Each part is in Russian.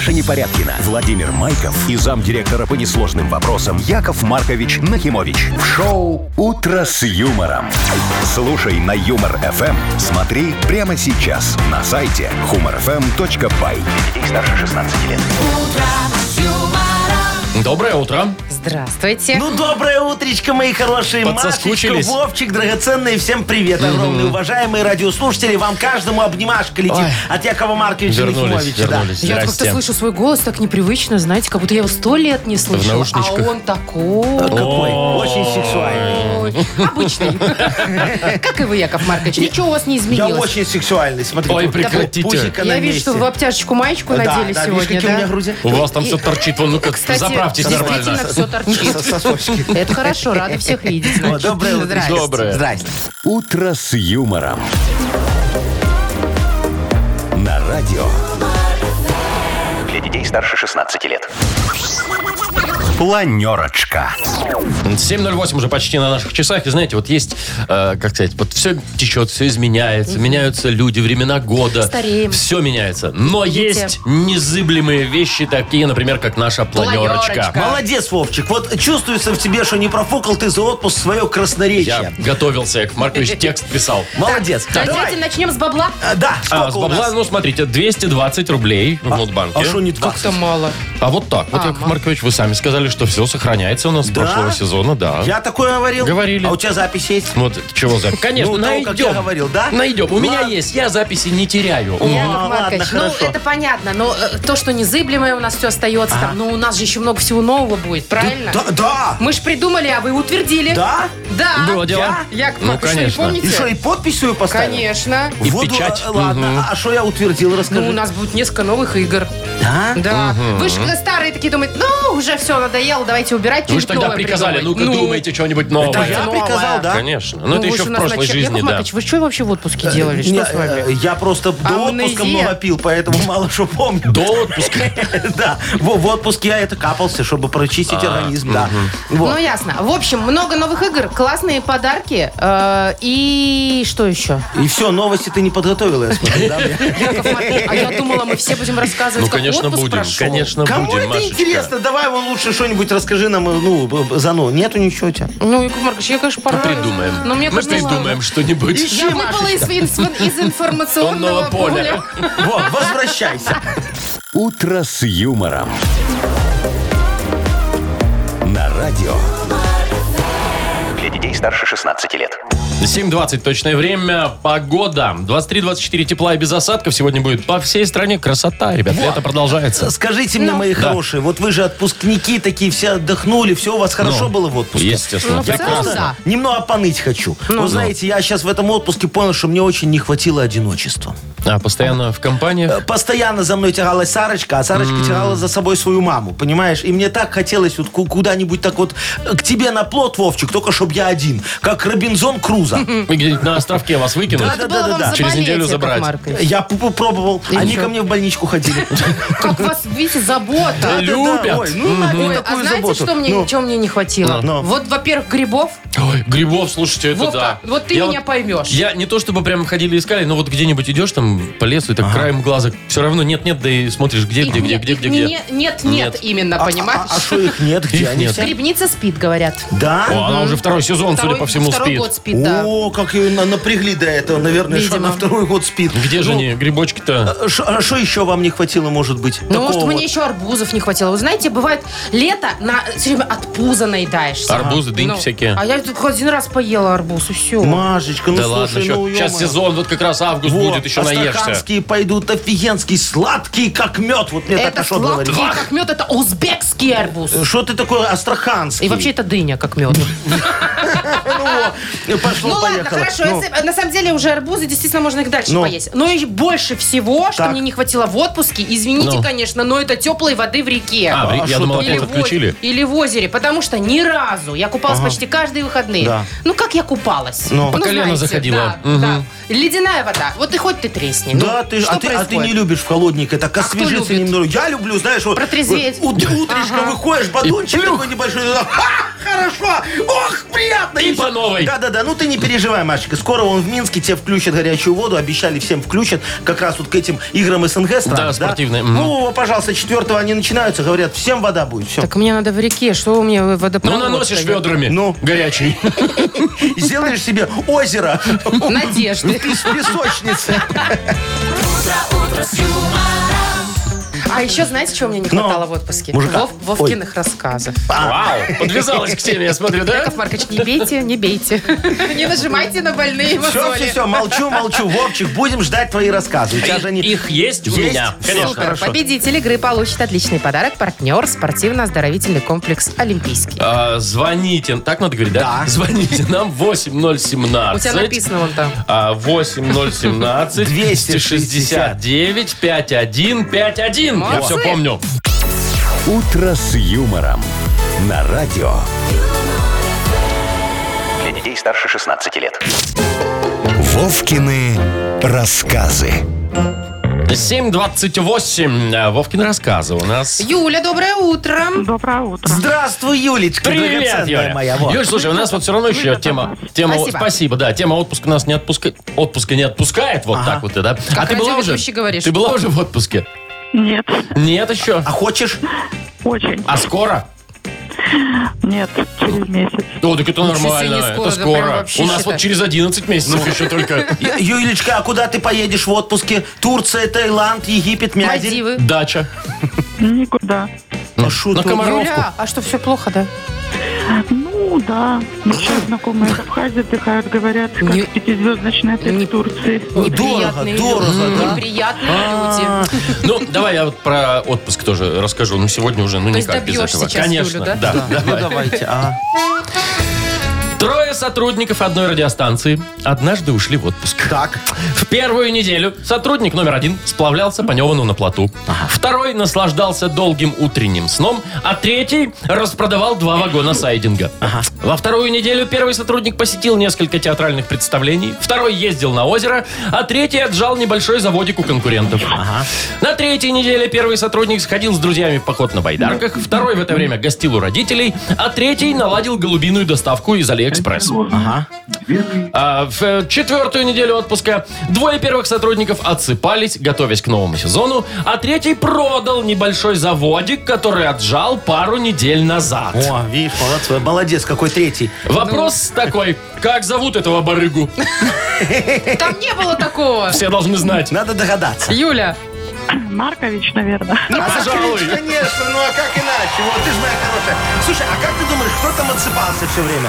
Маша Непорядкина, Владимир Майков и замдиректора по несложным вопросам Яков Маркович Нахимович. В шоу «Утро с юмором». Слушай на Юмор-ФМ. Смотри прямо сейчас на сайте humorfm.by. Для детей старше 16 лет. Доброе утро. Здравствуйте. Ну, доброе утречко, мои хорошие. Машечка, Подсоскучились? Вовчик, драгоценные, всем привет. Огромные, уважаемые радиослушатели. Вам каждому обнимашка летит от Якова Марковича Нахимовича. Да. Я как-то слышу свой голос так непривычно, знаете, как будто я его 100 лет не слышала. В наушничках. А он такой. Какой? Очень сексуальный. Обычный. Как и вы, Яков Маркович. Ничего у вас не Я изменилось. очень сексуальный. Смотрите, Ой, вот прекратите. пусико на Я вижу, месте. что вы обтяжечку маечку Да, надели да, сегодня, видишь, какие у меня да? груди? У вас там все торчит. Вон, ну как, Кстати, заправьтесь действительно нормально. все торчит. Сосочки. Это хорошо, рада всех видеть. Вот, значит. доброе утро. Здрасте. Доброе. Здрасте. «Утро с юмором». На радио. Для детей старше 16 лет. Планерочка. 7:08 уже почти на наших часах. И знаете, вот есть, как сказать, вот все течет, все изменяется. Меняются люди, времена года. Стареем. Все меняется. Но Видите? есть незыблемые вещи, такие, например, как наша планерочка. Планерочка. Молодец, Вовчик. Вот чувствуется в тебе, что не профукал ты за отпуск свое Я красноречие. готовился, Яков Маркович текст писал. Молодец. Давайте Давай. начнем с бабла. Да, сколько С у бабла, нас? ну, смотрите, 220 рублей в Мудбанке. А что не 20? Как-то мало. А вот так. Вот, Яков Маркович, вы сами сказали, что все сохраняется у нас с Да? прошлого сезона, да. Я такое говорил? Говорили. А у тебя запись есть? Вот чего за... Конечно, Ну, того, как я найдем. говорил, да? Найдем. У меня Ладно. есть. Я записи не теряю. Яков ладно, Маркович, ну хорошо. это понятно, но то, что незыблемое у нас все остается, там, ну у нас же еще много всего нового будет, правильно? Да. Мы ж придумали, а вы утвердили. Да? Да. Было дело. Яков Ну, Маркович, что, не конечно. помните? И что, и подпись свою поставил? Конечно. И Вот, печать. Ладно, а что я утвердил, расскажи. Ну, у нас будет несколько новых игр. Да? Да. Вы же старые такие думаете, ну, уже все надоело, давайте убирать, Вы же что-нибудь тогда новое приказали, придумать. ну-ка думайте что-нибудь новое. Да, я новое. приказал, да? Конечно. Но Ну, это вы еще же в у нас прошлой начали- жизни, Яков да. Маркович, вы что вообще в отпуске делали? Что с вами? Я просто до отпуска Амнезия. много пил, поэтому мало что помню. До отпуска. Да, в отпуске я это капался, чтобы прочистить организм, да. Ну, Вот. ясно. В общем, много новых игр, классные подарки. И что еще? И все, новости ты не подготовила, я смотрю, да? Яков Маркович, а я думала, мы все будем рассказывать, Ну, как конечно, отпуск будем. прошел. Конечно, Кому будем, это Машечка. интересно? Давай вон лучше что-нибудь расскажи нам, Нету ничего у тебя? Ну, Яков Маркович, я, конечно, понравилась. Придумаем. Но мне Мы кажется, придумаем ладно. что-нибудь. Я выпала из информационного Онного поля. поля. Вот, возвращайся. «Утро с юмором». На радио. Для детей старше 16 лет. 7:20 точное время. Погода. 23-24 тепла и без осадков. Сегодня будет по всей стране красота, ребят. Лето продолжается. Скажите мне, мои хорошие, вот вы же отпускники такие, все отдохнули, все у вас хорошо было в отпуске? Естественно. Ну, в целом, Прекрасно. да. Немного поныть хочу. Вы знаете, я сейчас в этом отпуске понял, что мне очень не хватило одиночества. А, постоянно в компаниях? Постоянно за мной тиралась Сарочка, а Сарочка тирала за собой свою маму, понимаешь? И мне так хотелось вот куда-нибудь так вот к тебе на плот, Вовчик, только чтобы я один, как Робинзон Крузо. Где-нибудь на островке вас выкинуть? Надо было вам Да-да-да. Через заболеть, неделю Яков забрать. Маркович. Я пробовал, И они чё? ко мне в больничку ходили. Как вас, видите, забота. Да-да-да. Любят. Ой, ну, нафиг Ой, такую а знаете, заботу. что мне, Ну, чего мне не хватило? Ну. Вот, во-первых, грибов. Ой, грибов, слушайте, это Вовка, да. вот ты Я меня поймешь. Я не то чтобы прям ходили искали, но вот где-нибудь идешь там по лесу и так краем глаза все равно нет-нет, да и смотришь, где. Нет, именно, понимаешь? А что их нет? Где Их они нет. все? Грибница спит, говорят. Да? О, она уже второй сезон, судя по всему, Второй спит. год спит, да. О, как ее напрягли до этого, наверное, что Видимо. она второй год спит. Где же Ну, они, грибочки-то? А что еще вам не хватило, может быть? Ну, может, такого мне вот? еще арбузов не хватило. Вы знаете, бывает лето, все время от пуза наедаешься. Арбузы, дыньки Ну, всякие. А я только один раз поела арбуз, и все. Машечка, ну Да слушай, ладно, ну сейчас ё-моё. сезон, вот как раз август Вот, будет, еще наешься. астраханские пойдут офигенские, сладкие, как мед. Вот мне так Это хорошо говорит. сладкий, как мед, это узбекский арбуз. Что ты такой астраханский? И вообще это дыня, как мед. Ну, пошло, Ну ладно, поехало. хорошо. Ну, Если- на самом деле уже арбузы, действительно, можно их дальше Ну. поесть. Но и больше всего, что Так. мне не хватило в отпуске, извините, Ну. конечно, но это теплой воды в реке. Я что думал, там? опять отключили. Или в озере, потому что ни разу. Я купалась почти каждые выходные. Да. Ну, как я купалась? Ну. По колено заходила. Да, да. Ледяная вода. Вот и хоть ты тресни. Ну, Да, что а ты происходит? не любишь в холодненькое, так кто освежиться любит? немного. Я люблю, знаешь, вот Протрезветь. утречко выходишь, батончик такой небольшой, ха, хорошо, ох, приятно. И по новой новый. Да-да-да, ну ты не переживай, Машечка. Скоро он в Минске тебе включат горячую воду. Обещали, всем включат. Как раз вот к этим играм СНГ стран. Да, спортивные. Ну, пожалуйста, 4-го они начинаются. Говорят, всем вода будет. Все. Так мне надо в реке, что у меня водопровод? Ну, наносишь стоит? ведрами. Ну. Горячий. Сделаешь себе озеро Надежды. из песочницы. А еще знаете, чего мне не хватало в отпуске? Мужика. Вовкиных рассказов. Вау, подвязалась к теме, я смотрю, да? Яков Маркович, не бейте, не бейте. Не нажимайте на больные мозоли. Все, молчу. Вовчик, будем ждать твои рассказы. У тебя же они... Их есть у меня, конечно. Супер. Хорошо. Победитель игры получит отличный подарок. Партнер спортивно-оздоровительный комплекс «Олимпийский». Звоните, так надо говорить, да? Да. Звоните нам 8017. У тебя написано вон там. 8017 269 5151. Я Молодцы. все помню. «Утро с юмором» на радио. Для детей старше 16 лет. Вовкины рассказы. 7:28. Вовкины рассказы у нас. Юля, доброе утро. Доброе утро. Здравствуй, Юлечка, Привет, драгоценная Юля. моя. Вот. Юль, слушай, у нас вот все равно еще тема... Спасибо. Спасибо, да. Тема отпуска нас не отпускает. Отпуска не отпускает, вот так вот, да. Как ты была уже? радиоведущий говоришь. Ты была уже в отпуске? Нет, Нет еще. А хочешь? очень. А скоро? Нет, через месяц. О, так это Ничего себе, нормально, не скоро, это да скоро. прям вообще У нас считай. вот через 11 месяцев еще только Юлечка, а куда ты поедешь в отпуске? Турция, Таиланд, Египет, Мядин? Мальдивы. дача. Никуда. А шо На ты? Комаровку. Юля, а что, все плохо, да? Ну, да. Все знакомые в Абхазии отдыхают, говорят, как Не- пятизвездочный отель не- в Турции. Неприятные дорого, люди. да? Неприятные люди. Ну, давай я вот про отпуск тоже расскажу. Ну, сегодня уже, есть никак без добьешь этого. сейчас Конечно, Юлю, да? да. Ну, Давай. давайте. Трое сотрудников одной радиостанции однажды ушли в отпуск. Так. В первую неделю сотрудник номер 1 сплавлялся по Невану на плоту. Второй наслаждался долгим утренним сном, а третий распродавал 2 вагона сайдинга. Во вторую неделю первый сотрудник посетил несколько театральных представлений, второй ездил на озеро, а третий отжал небольшой заводик у конкурентов. На третьей неделе первый сотрудник сходил с друзьями в поход на байдарках, второй в это время гостил у родителей, а третий наладил голубиную доставку из Алиэкспресс. А в четвертую неделю отпуска 2 первых сотрудников отсыпались, готовясь к новому сезону, а третий продал небольшой заводик, который отжал пару недель назад. О, видишь, молодец, какой третий. Вопрос такой, как зовут этого барыгу? Там не было такого. Все должны знать. Надо догадаться. Юля. Маркович, наверное. Пожалуй. Конечно, ну а как иначе? Вот ты же моя хорошая. Слушай, а как ты думаешь, кто там отсыпался все время?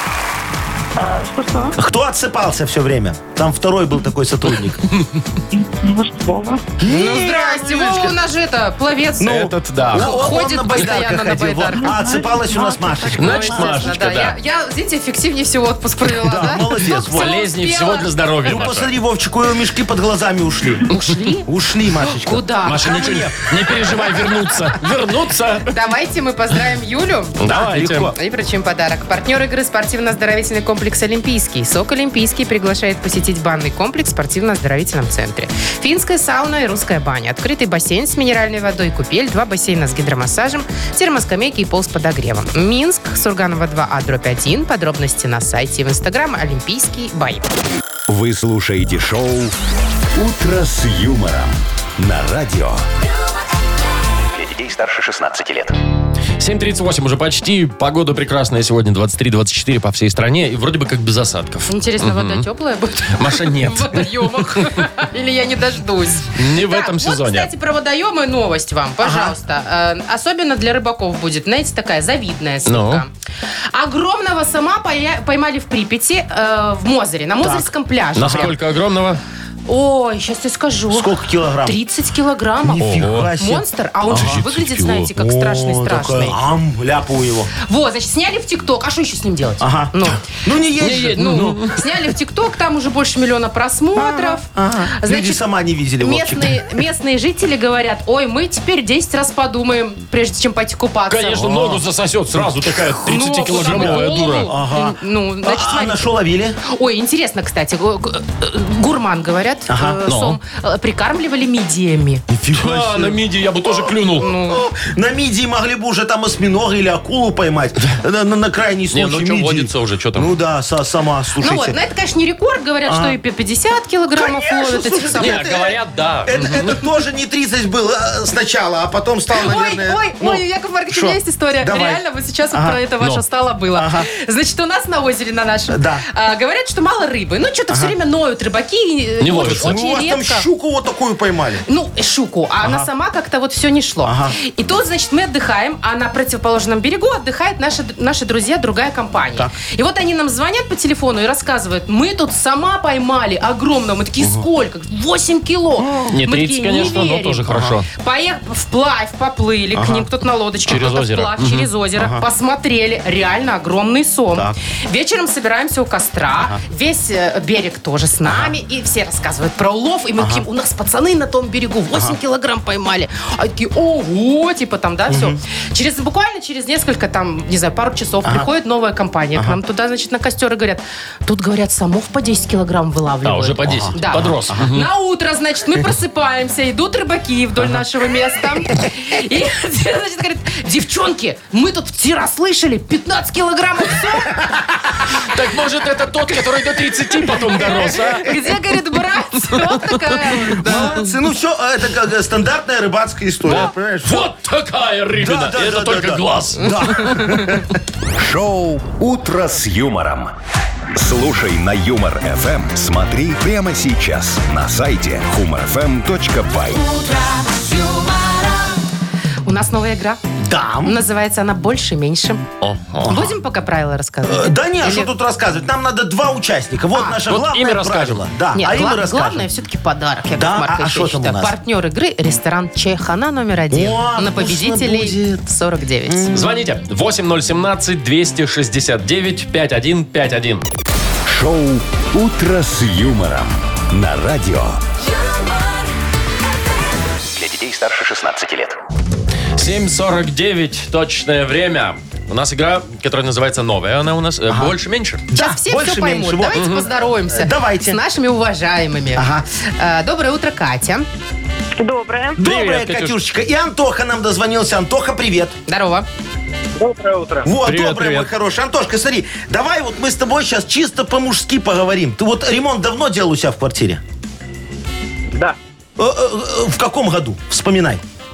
Что? Кто отсыпался все время? Там второй был такой сотрудник. Может, Вова? Ну, здрасте, Вова у нас же это, пловец. Этот, да. Ходит Он постоянно на ходил. Вот. байдарках. А отсыпалась у нас Машечка. Значит, Естественно, Машечка, да. Я, видите, эффективнее всего отпуск провела, Да, да? молодец, Столько всего Полезнее успела. всего для здоровья, Ну, Маша. посмотри, Вовчик, у его мешки под глазами ушли. Ушли? Ушли, Машечка. Куда? Маша, ничего не переживай, вернуться. Вернуться. Давайте мы поздравим Юлю. Давайте. легко. И вручим подарок. Партнер игры спортивно-оздоровительный комплекс «Олимпийский». СОК «Олимпийский» приглашает посетить банный комплекс в спортивно-оздоровительном центре. Финская сауна и русская баня. Открытый бассейн с минеральной водой, купель, 2 бассейна с гидромассажем, термоскамейки и пол с подогревом. Минск, Сурганова 2А/1. Подробности на сайте и в инстаграм «Олимпийский бай». Вы слушаете шоу «Утро с юмором» на радио. Для детей старше 16 лет. 7:38 уже почти. Погода прекрасная сегодня, 23-24 по всей стране. И вроде бы как без осадков. Интересно, вода теплая будет? Маша, нет. В водоемах. Или я не дождусь? Не в Так, этом вот, сезоне. кстати, про водоемы новость вам, пожалуйста. Особенно для рыбаков будет, знаете, такая завидная ссылка. Огромного сама поймали в Припяти, в Мозыре, на Мозырском пляже. Насколько огромного? Ой, сейчас я скажу. Сколько килограмм? 30 килограммов. Нифига себе. Монстр, а он же 30 выглядит, кило. знаете, как О, страшный-страшный. такой ляпу у его. Вот, значит, сняли в ТикТок. А что еще с ним делать? Ага. Ну, Ну не едь же. сняли в ТикТок, там уже больше 1 миллиона просмотров. Люди сама не видели, Вовчик. Местные жители говорят, ой, мы теперь 10 раз подумаем, прежде чем пойти купаться. Конечно, ногу засосет сразу такая Ногу, 30-килограммовая голову. дура. Ага. Ну, значит, А смотрите. на что ловили? Ой, интересно, кстати, гурман, говорят, сом, прикармливали мидиями. А, на мидии я бы тоже клюнул. На мидии могли бы уже там осьминога или акулу поймать. На крайний случай Не, ну что мидии. водится уже, что там? Ну да, сама, слушайте. Ну вот, но это, конечно, не рекорд. Говорят, что и 50 килограммов ловят этих самых. Не, говорят, да. Это тоже не 30 было сначала, а потом стало, наверное... Ой, Яков Маркович, у меня есть история. Давай. Реально, вот сейчас вот про это ваше стало было. Значит, у нас на озере на нашем говорят, что мало рыбы. Ну, что-то все время ноют рыбаки. Не ловится. Ну, у вас там редко. щуку вот такую поймали. Ну, щуку. А она сама как-то вот все не шло. И тут, значит, мы отдыхаем, а на противоположном берегу отдыхают наши друзья, другая компания. И вот они нам звонят по телефону и рассказывают, мы тут сама поймали огромного. Мы такие, сколько? 8 кило. Не Мы 30, такие, конечно, не но верим. тоже хорошо. Вплавь, поплыли к ним, кто-то на лодочке, Через кто-то озеро. вплавь, через озеро. Посмотрели, реально огромный сом. Вечером собираемся у костра, весь берег тоже с нами, и все рассказывают про улов, и мы такие, у нас пацаны на том берегу 8 килограмм поймали. А такие, ого, типа там, да, все. Буквально через несколько, там, не знаю, пару часов приходит новая компания к нам туда, значит, на костер и говорят, тут, говорят, самов по 10 килограмм вылавливают. А, уже по 10. Да. Подрос. На утро, значит, мы просыпаемся, идут рыбаки вдоль нашего места. И, значит, говорят, девчонки, мы тут вчера слышали, 15 килограммов сом. Так может это тот, который до 30 потом дорос, а? Где, говорит, брать? Вот такая вот, да. Молодцы. Ну все, это как стандартная рыбацкая история, понимаешь? Вот такая рыбина. Да, Это только глаз. Шоу «Утро с юмором». Слушай на Юмор ФМ. Смотри прямо сейчас на сайте humorfm.by. У нас новая игра. Да. Называется она «Больше-меньше». Будем пока правила рассказывать? Да не, Или- что тут рассказывать? Нам надо 2 участника. Вот наше вот главное ими расскажем. правило. Да, Нет, а им и расскажем. главное все-таки подарок, Яков Да, Маркович, а что я там у считаю. нас? Партнер игры – ресторан «Чайхана» номер 1. О, На вкусно победителей будет. 49. Звоните 8017-269-5151. Шоу «Утро с юмором» на радио. Для детей старше 16 лет. 7:49 точное время. У нас игра, которая называется «Новая». Она у нас «Больше-меньше». Сейчас все больше, поймут. меньше. Вот. Давайте поздороваемся. Давайте. С нашими уважаемыми. Доброе утро, Катя. Доброе. Доброе, Катюш. Катюшечка. И Антоха нам дозвонился. Антоха, привет. Здорово. Доброе утро. Вот, Привет, доброе, привет. мой хороший. Антошка, смотри, давай вот мы с тобой сейчас чисто по-мужски поговорим. Ты вот ремонт давно делал у себя в квартире? Да. В каком году? Вспоминай.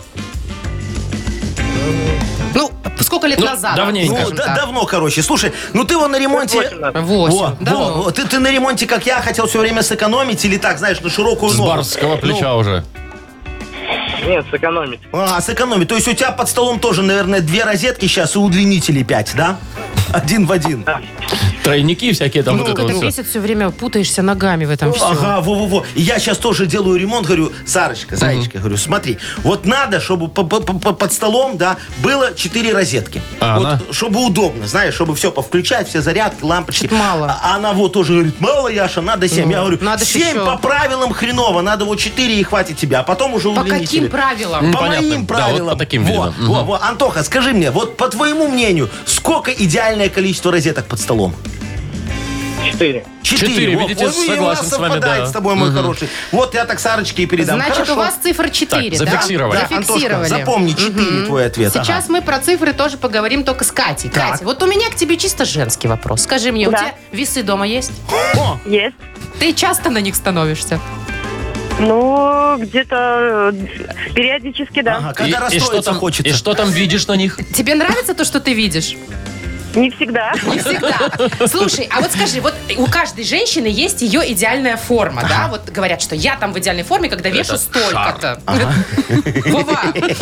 Ну, сколько лет назад? давненько. скажем так. Давно, короче. Слушай, ну ты вон на ремонте... 8. Давно. Ты на ремонте, как я, хотел все время сэкономить или так, знаешь, на широкую С ногу? барского плеча уже. Нет, сэкономить. Сэкономить. То есть у тебя под столом тоже, наверное, 2 розетки сейчас и удлинители 5, да? 1 в 1. Тройники всякие там. вот Только это ты вот всё. месяц все время путаешься ногами в этом все. Ага, во-во-во. И я сейчас тоже делаю ремонт, говорю, Сарочка, Зайчка, говорю, смотри, вот надо, чтобы под столом, да, было 4 розетки. Ага. Вот, чтобы удобно, знаешь, чтобы все повключать, все зарядки, лампочки. Чуть мало. А она вот тоже говорит, мало, Яша, надо 7. Я говорю, надо 7 еще. по правилам хреново, надо вот 4 и хватит тебя, а потом уже По удлинители. каким правилам? По Понятно. моим Да, вот правилам. по таким, во, видимо. во. Антоха, скажи мне, вот по твоему мнению, сколько идеальное количество розеток под столом? 4. 4, Вот, видите, вот, и у согласен нас с вами, совпадает да. с тобой, мой хороший. Вот я так Сарочке и передам. Значит, Хорошо. у вас цифра 4, Так, да? зафиксировали. Да, Зафиксировали. Антошка, запомни, 4 твой ответ. Сейчас мы про цифры тоже поговорим только с Катей. Так. Катя, вот у меня к тебе чисто женский вопрос. Скажи мне, у Да. тебя весы дома есть? О, Есть. Ты часто на них становишься? Ну, где-то периодически, да. ага, когда расстроиться хочется. И что там видишь на них? Тебе нравится то, что ты видишь? Не всегда. Не всегда. Слушай, а вот скажи, вот у каждой женщины есть ее идеальная форма, да? Вот говорят, что я там в идеальной форме, когда вешу столько-то. Вова.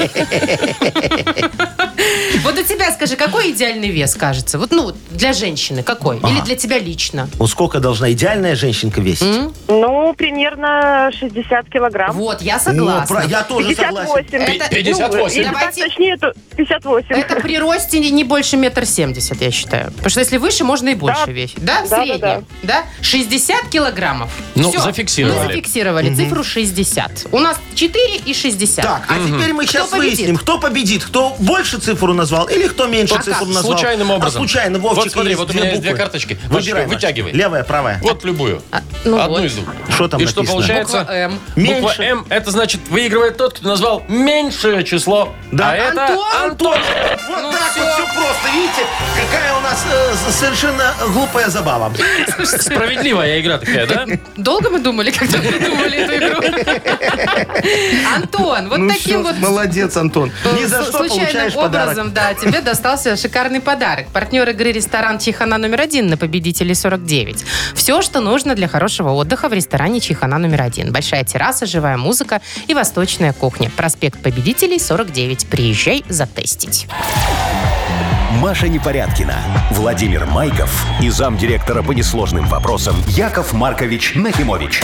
Вот у тебя, скажи, какой идеальный вес, кажется? Вот, ну, для женщины какой? Или для тебя лично? Вот сколько должна идеальная женщинка весить? Ну, примерно 60 килограмм. Вот, я О, согласна. я тоже согласен. 58. Это, 58. Если Давайте- так точнее, то 58. Это при росте не больше 1,70 м, я считаю. Потому что если выше, можно и больше весить. Да, в среднем? Да. 60 килограммов. Ну, Всё, зафиксировали. мы зафиксировали цифру 60. У нас 4 и 60. Так, а теперь мы сейчас победит? выясним, кто победит, кто больше цифру назвал или кто меньше цифру назвал. Случайным образом. Случайно, Вовчик. Вот смотри, вот у меня есть две буквы. карточки. Выбирай, Вовчик, вытягивай. Левая, правая. Вот любую. ну Одну вот. из двух. Что там И что написано? получается? Буква М. Буква Меньше. М, это значит, выигрывает тот, кто назвал меньшее число. Да. А это Антон. Вот Ну так всё. вот все просто. Видите, какая у нас совершенно глупая забава. справедливая игра такая, да? Долго мы думали, когда придумали эту игру? Антон, вот Ну таким всё, вот молодец, Антон. Ни за что случайным получаешь подарок. образом, да, тебе достался шикарный подарок. Партнер игры «Ресторан Чайхана номер 1» на Победителей 49. Все, что нужно для хорошего отдыха в ресторане Чайхана номер 1. Большая терраса, живая музыка и восточная кухня. Проспект Победителей 49. Приезжай затестить. Маша Непорядкина, Владимир Майков и замдиректора по несложным вопросам Яков Маркович Нахимович.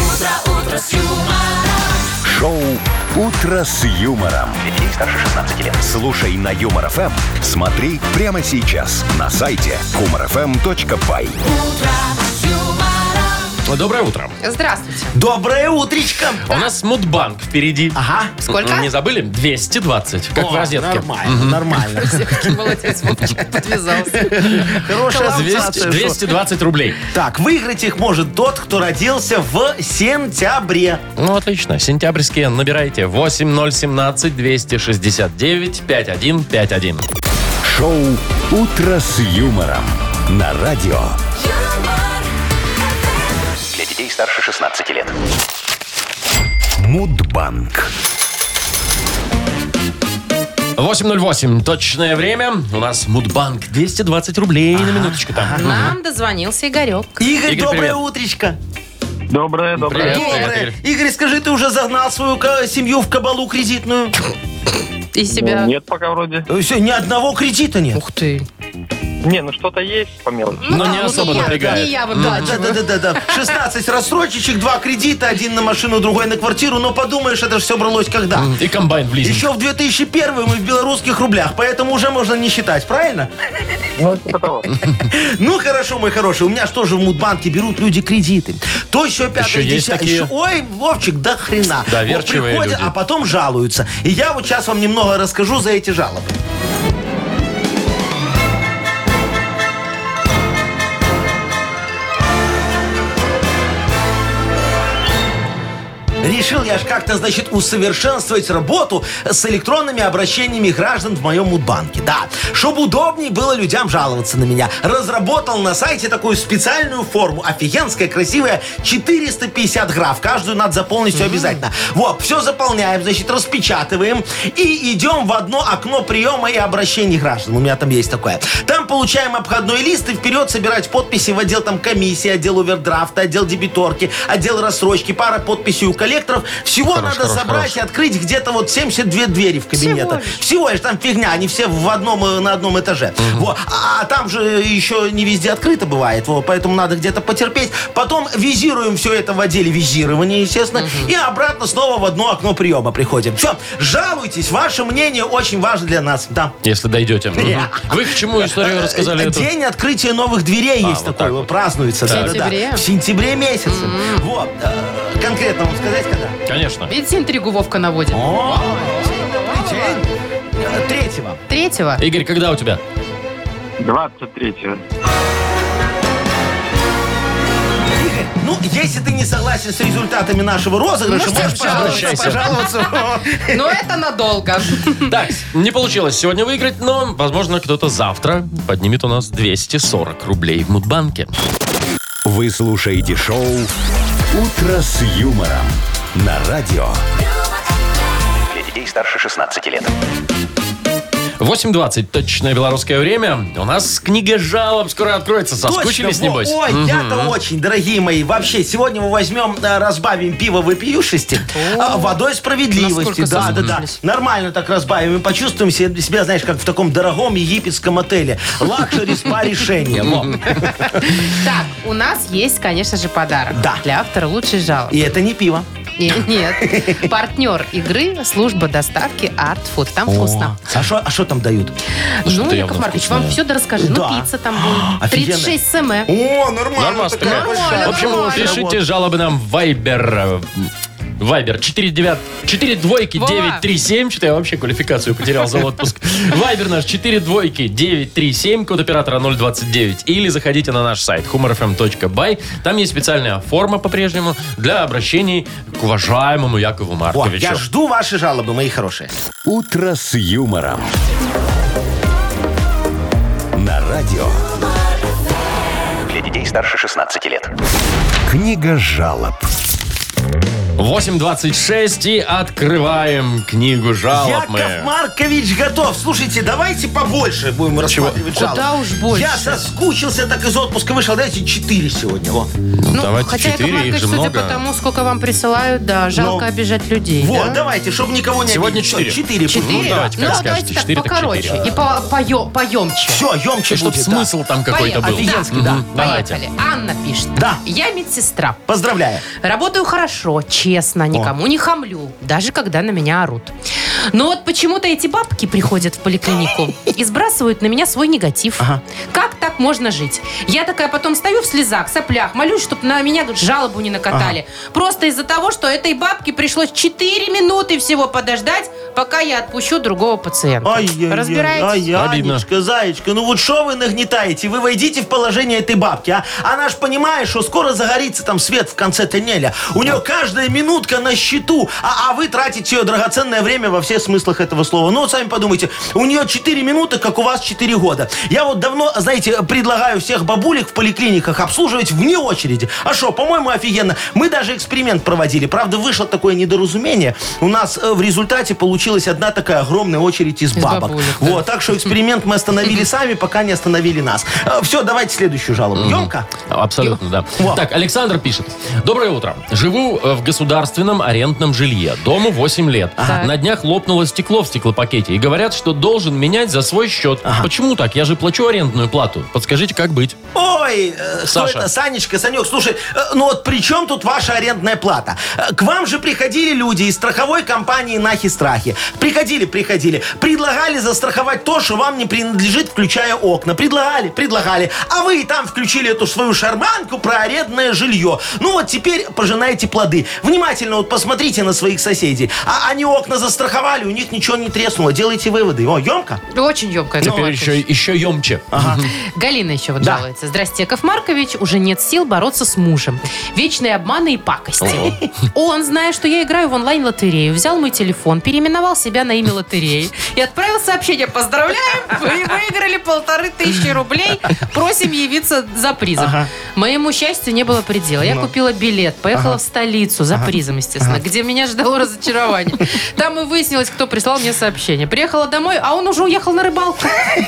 Шоу «Утро с юмором». Для детей старше 16 лет. Слушай на Юмор ФМ, смотри прямо сейчас на сайте humorfm.by. Доброе утро. Здравствуйте. Доброе утречко. У нас Мудбанк впереди. Ага. Сколько? Не забыли? 220, как в О, розетке. Нормально, нормально. Какой молодец, Вовчик, подвязался. Хорошая ассоциация. 220 рублей. Так, выиграть их может тот, кто родился в сентябре. Ну, отлично. Сентябрьские набирайте 8017-269-5151. Шоу «Утро с юмором» на радио. Для детей старше 16 лет. Мудбанк. 8:08. Точное время. У нас Мудбанк. 220 рублей на минуточку там. Нам дозвонился Игорек. Игорь, Игорь, доброе привет. утречко. Доброе. Привет, Доброе. Игорь. Игорь, скажи, ты уже загнал свою семью в кабалу кредитную? И себя... Нет пока вроде. Все, ни одного кредита нет. Ух ты. Не, ну что-то есть по мелочи. Но не особо напрягает. Не я выплачиваю. Да. 16 рассрочечек, 2 кредита, один на машину, другой на квартиру. Но подумаешь, это же все бралось когда? И комбайн в лизинг. Еще в 2001 мы в белорусских рублях, поэтому уже можно не считать, правильно? Ну, типа того. Ну, хорошо, мой хороший. У меня что же в Мудбанке берут люди кредиты? То еще пятое, Еще есть десятое. такие? Ой, Вовчик, до хрена. Доверчивые Вот приходят, люди. а потом жалуются. И я вот сейчас вам немного расскажу за эти жалобы. Решил я ж как-то, значит, усовершенствовать работу с электронными обращениями граждан в моем Мудбанке. Да, чтобы удобнее было людям жаловаться на меня. Разработал на сайте такую специальную форму. Офигенская, красивая, 450 граф. Каждую надо заполнить все обязательно. Вот, все заполняем, значит, распечатываем и идем в одно окно приема и обращений граждан. У меня там есть такое. Там получаем обходной лист и вперед собирать подписи в отдел там комиссии, отдел овердрафта, отдел дебиторки, отдел рассрочки, пара подписей у коллекторов. Всего надо собрать и открыть где-то вот 72 двери в кабинетах. Всего лишь там фигня, они все на одном этаже. Вот. А там же еще не везде открыто бывает, вот, поэтому надо где-то потерпеть. Потом визируем все это в отделе визирования, естественно, и обратно снова в одно окно приема приходим. Все, жалуйтесь, ваше мнение очень важно для нас. Да. Если дойдете. Вы к чему историю рассказали эту? День открытия новых дверей есть вот такой, так вот вот. празднуется. В сентябре? В сентябре месяце. Вот. Конкретно вам сказать, когда? Конечно. Видите, интригу Вовка наводит. О, день. Третьего. 3-го. Игорь, когда у тебя? 23-го. Игорь, ну, если ты не согласен с результатами нашого розыгрыша, Можете можешь пожаловаться, пожаловаться. Но это надолго. Так, не получилось сегодня выиграть, но, возможно, кто-то завтра поднимет у нас 240 рублей в Мудбанке. Вы слушаете шоу «Утро с юмором» на радио. Для детей старше 16 лет. 8:20, точное белорусское время. У нас книга жалоб скоро откроется. Соскучились, Точно, небось? Ой, я-то очень, дорогие мои. Вообще, сегодня мы возьмем, разбавим пиво вопиюшести водой справедливости. Насколько Да. соскучились. Нормально так разбавим и почувствуем себя, знаешь, как в таком дорогом египетском отеле. Лакшери спа решение. Во. Так, у нас есть, конечно же, подарок. Да. Для автора лучшей жалобы. И это не пиво. Нет. Партнер игры – служба доставки Art Food. Там вкусно. А что там дают? Ну, Что-то Яков явно Маркович, вкусное. вам все расскажи. Ну, Да. пицца там будет. Офигенно. 36 см. О, нормально. Нормально. такая большая. В общем, нормально. пишите жалобы нам в Viber. Вайбер 4 двойки Вова. 937. Что-то я вообще квалификацию потерял за отпуск. Вайбер наш 4 двойки 937, код оператора 029. Или заходите на наш сайт humorfm.by. Там есть специальная форма по-прежнему для обращений к уважаемому Якову О, Марковичу. я жду ваши жалобы, мои хорошие. «Утро с юмором». На радио. Для детей старше 16 лет. Книга жалоб. 8:26 и открываем книгу жалоб мы. Яков Маркович готов. Слушайте, давайте побольше будем рассматривать жалобы. Куда уж больше. Я соскучился, так из отпуска вышел. Давайте 4 сегодня. О. Ну, Давайте хотя, Яков 4, их Маркович, же судя много. по тому, сколько вам присылают, да, жалко Ну, обижать людей. Вот, да? давайте, чтобы никого не Сегодня обидеть. 4. 4. 4? давайте, как скажете, давайте так 4, так покороче 4. и поемче. Все, емче Чтобы будет. смысл там какой-то был. Офигенский, да. Давайте. Поехали. Анна пишет. Да. Я медсестра. Поздравляю. Работаю хорошо, честно, никому не хамлю, даже когда на меня орут. Но вот почему-то эти бабки приходят в поликлинику и сбрасывают на меня свой негатив. Как так можно жить? Я такая потом стою в слезах, соплях, молюсь, чтобы на меня жалобу не накатали. Просто из-за того, что этой бабке пришлось 4 минуты всего подождать, пока я отпущу другого пациента. Разбираетесь? Обидно. Анечка, Заячка, ну вот что вы нагнетаете? Вы войдите в положение этой бабки, а? Она ж понимает, что скоро загорится там свет в конце тоннеля. У нее каждая минутка на счету, а вы тратите ее драгоценное время во всех смыслах этого слова. Ну вот сами подумайте, у нее 4 минуты, как у вас 4 года. Я вот давно, знаете, предлагаю всех бабулек в поликлиниках обслуживать вне очереди. А что, по-моему, офигенно. Мы даже эксперимент проводили. Правда, вышло такое недоразумение. У нас в результате получилась одна такая огромная очередь из бабок. бабулек, да. Вот, так что эксперимент мы остановили сами, пока не остановили нас. Все, давайте следующую жалобу. Емко? Абсолютно, да. Во. Так, Александр пишет. Доброе утро. Живу в государственном арендном жилье. Дому 8 лет. Так. На днях лопнуло стекло в стеклопакете. И говорят, что должен менять за свой счет. Почему так? Я же плачу арендную плату. Подскажите, как быть? Ой, кто Саша. это? Санечка, Санек, слушай, ну вот при чем тут ваша арендная плата? К вам же приходили люди из страховой компании «Нахи-страхи». Приходили, предлагали застраховать то, что вам не принадлежит, включая окна. Предлагали. А вы и там включили эту свою шарманку про арендное жилье. Ну вот теперь пожинаете плоды. Внимательно вот посмотрите на своих соседей. А они окна застраховали, у них ничего не треснуло. Делайте выводы. О, емко? Очень емкая. Теперь еще емче. Галина еще вот Да. жалуется. Здрасте, Яков Маркович. Уже нет сил бороться с мужем. Вечные обманы и пакости. Он, зная, что я играю в онлайн-лотерею, взял мой телефон, переименовал себя на имя лотереи и отправил сообщение. Поздравляем, вы выиграли 1500 рублей. Просим явиться за призом. Моему счастью не было предела. Я купила билет, поехала в столицу за призом, естественно, где меня ждало разочарование. Там и выяснилось, кто прислал мне сообщение. Приехала домой, а он уже уехал на рыбалку.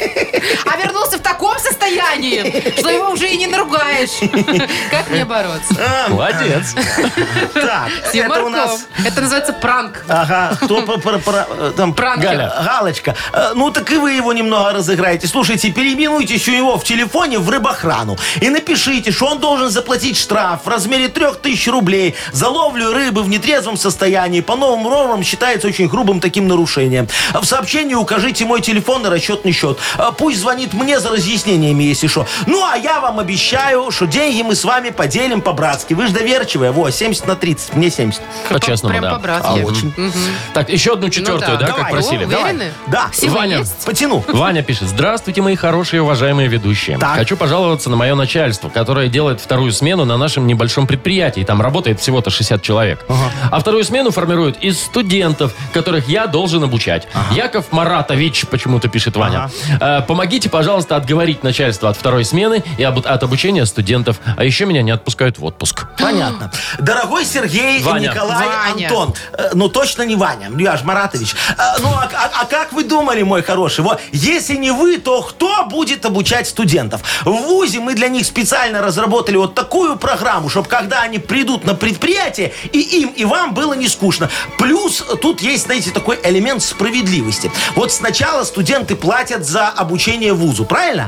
А вернулся в таком состоянии, что его уже и не наругаешь. Как мне бороться? Молодец. Так, С это у юморком. нас... Это называется пранк. Ага, кто там... Пранки. Галя. Галочка, ну так и вы его немного разыграете. Слушайте, переименуйтесь у него в телефоне в рыбохрану и напишите, что он должен заплатить штраф в размере 3000 рублей за ловлю рыбы в нетрезвом состоянии. По новым нормам считается очень грубым таким нарушением. В сообщении укажите мой телефон и расчетный счет. Пусть звонит мне за разъяснениями, если что. Ну, а я вам обещаю, что деньги мы с вами поделим по-братски. Вы же доверчивые. Во, 70/30. Мне 70. По-честному, Прям да. по-братски. Очень. Так, еще одну четвертую, Ну да. да, как Давай. просили? Уверены? Да. Силы Ваня. есть? Потяну. Ваня пишет. Здравствуйте, мои хорошие, уважаемые ведущие. Так. Хочу пожаловаться на мое начальство, которое делает вторую смену на нашем небольшом предприятии. Там работает всего-то 60 человек. А вторую смену формируют из студентов, которых я должен обучать. Яков Маратович, почему-то пишет Ваня. Помогите, пожалуйста, отговорить начальство от второй смены и от обучения студентов. А еще меня не отпускают в отпуск. Понятно. Дорогой Сергей, Ваня. Николай, Ваня. Антон. Ну, точно не Ваня. Я ж Маратович. Ну, а как вы думали, мой хороший? Вот, если не вы, то кто будет обучать студентов? В ВУЗе мы для них специально разработали вот такую программу, чтобы когда они придут на предприятие, и им, и вам было не скучно. Плюс тут есть, знаете, такой элемент справедливости. Вот сначала студенты платят за обучение вузу, правильно? А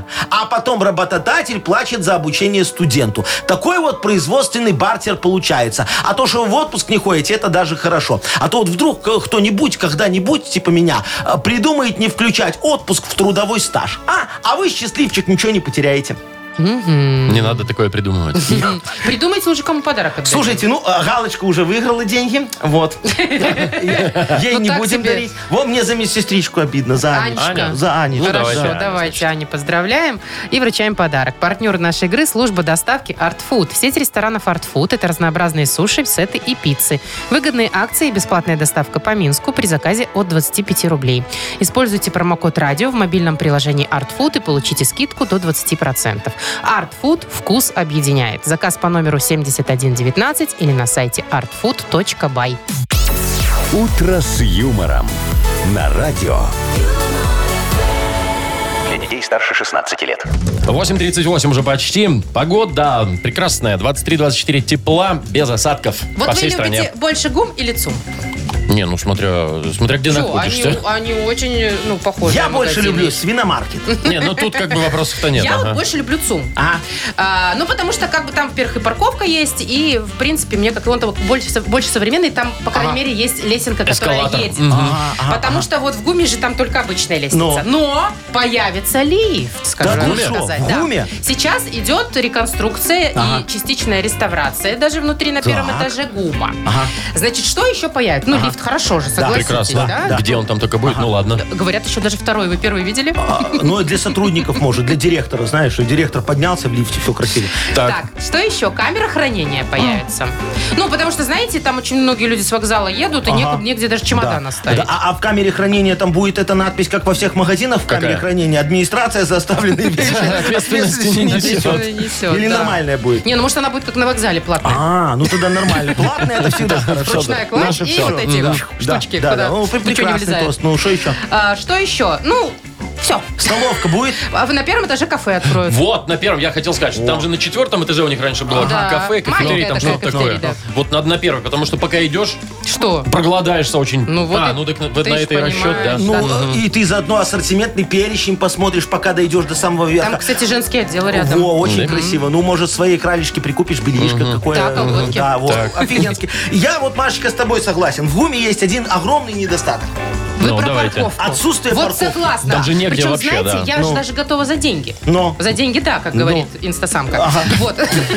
а потом работодатель платит за обучение студенту. Такой вот производственный бартер получается. А то, что вы в отпуск не ходите, это даже хорошо. А то вот вдруг кто-нибудь, когда-нибудь, типа меня, придумает не включать отпуск в трудовой стаж. А вы, счастливчик, ничего не потеряете. Не надо такое придумывать. Придумайте уже, кому подарок отдать. Слушайте, Галочка уже выиграла деньги. Вот. Ей не так будем себе. дарить. Вот мне за медсестричку обидно, за Анечку. Анечка. За Анечку. Ну, Хорошо, давайте, давайте Ане поздравляем и вручаем подарок. Партнер нашей игры — служба доставки Art Food. Сеть ресторанов Art Food — это разнообразные суши, сеты и пиццы. Выгодные акции и бесплатная доставка по Минску при заказе от 25 рублей. Используйте промокод «Радио» в мобильном приложении Art Food и получите скидку до 20%. Art Food — вкус объединяет. Заказ по номеру 7119 или на сайте artfood.by. «Утро с юмором» на радио. Для детей старше 16 лет. 8:38 уже почти. Погода прекрасная. 23-24 тепла, без осадков Вот по вы всей любите стране. больше ГУМ или ЦУМ? Не, ну смотря где Что, находишься. они очень, похожи. Я больше люблю свиномаркет. Не, ну тут как бы вопросов-то нет. Я ага. вот больше люблю ЦУМ. Потому что как бы там, во-первых, и парковка есть, и, в принципе, мне как он там больше современный, там, по крайней мере, есть лесенка, которая Эскалатор. едет. Потому что вот в ГУМе же там только обычная лестница. Но появится лифт, скажу Да вам ну шо, сказать. в да. ГУМе? Сейчас идет реконструкция и частичная реставрация даже внутри на первом Так. этаже ГУМа. Значит, что еще появится? Ну, лифт хорошо же, согласитесь, Прекрасно. да? Где он там только будет? Ну ладно. Говорят, еще даже второй. Вы первый видели? Ну, и для сотрудников, может, для директора, знаешь, что директор поднялся в лифте, все красиво. Так, что еще? Камера хранения появится. Ну, потому что, знаете, там очень многие люди с вокзала едут, и негде даже чемодан оставить. А в камере хранения там будет эта надпись, как во всех магазинах в камере Какая? хранения. Администрация за оставленные вещи Ответственности не несет. Несет, Или да. нормальная будет? Не, ну может она будет как на вокзале платная. Ну тогда нормально. Платное это всегда хорошо. Ручная кладь наше и всё. вот эти штучки, куда Ну, ничего не прекрасный влезает. тост. Ну, что еще? Что еще? Ну, все. Столовка будет? На первом этаже кафе откроют. Вот, на первом, я хотел сказать, что там же на 4-м этаже у них раньше было Да. кафе, кафетерий, Маленькая там такая что-то такое. кафетерия, Вот надо на первый, потому что пока идешь, Что? проголодаешься очень. Ну вот и ну так ты на ж это и расчет, да. понимаешь. Ну, и ты заодно ассортиментный перечень посмотришь, пока дойдешь до самого верха. Там, кстати, женский отдел рядом. Во, очень красиво. Ну, может, своей кралечки прикупишь, бельишко какое. Да, колготки. Да, вот, Так. офигенски. Я вот, Машечка, с тобой согласен. В ГУМе есть один огромный недостаток. Вы Ну, про давайте. парковку. Отсутствие Вот парковки. согласна. Там же негде Причем, вообще, знаете, да. я же даже готова за деньги. Но. За деньги, да, как говорит инстасамка. Вот.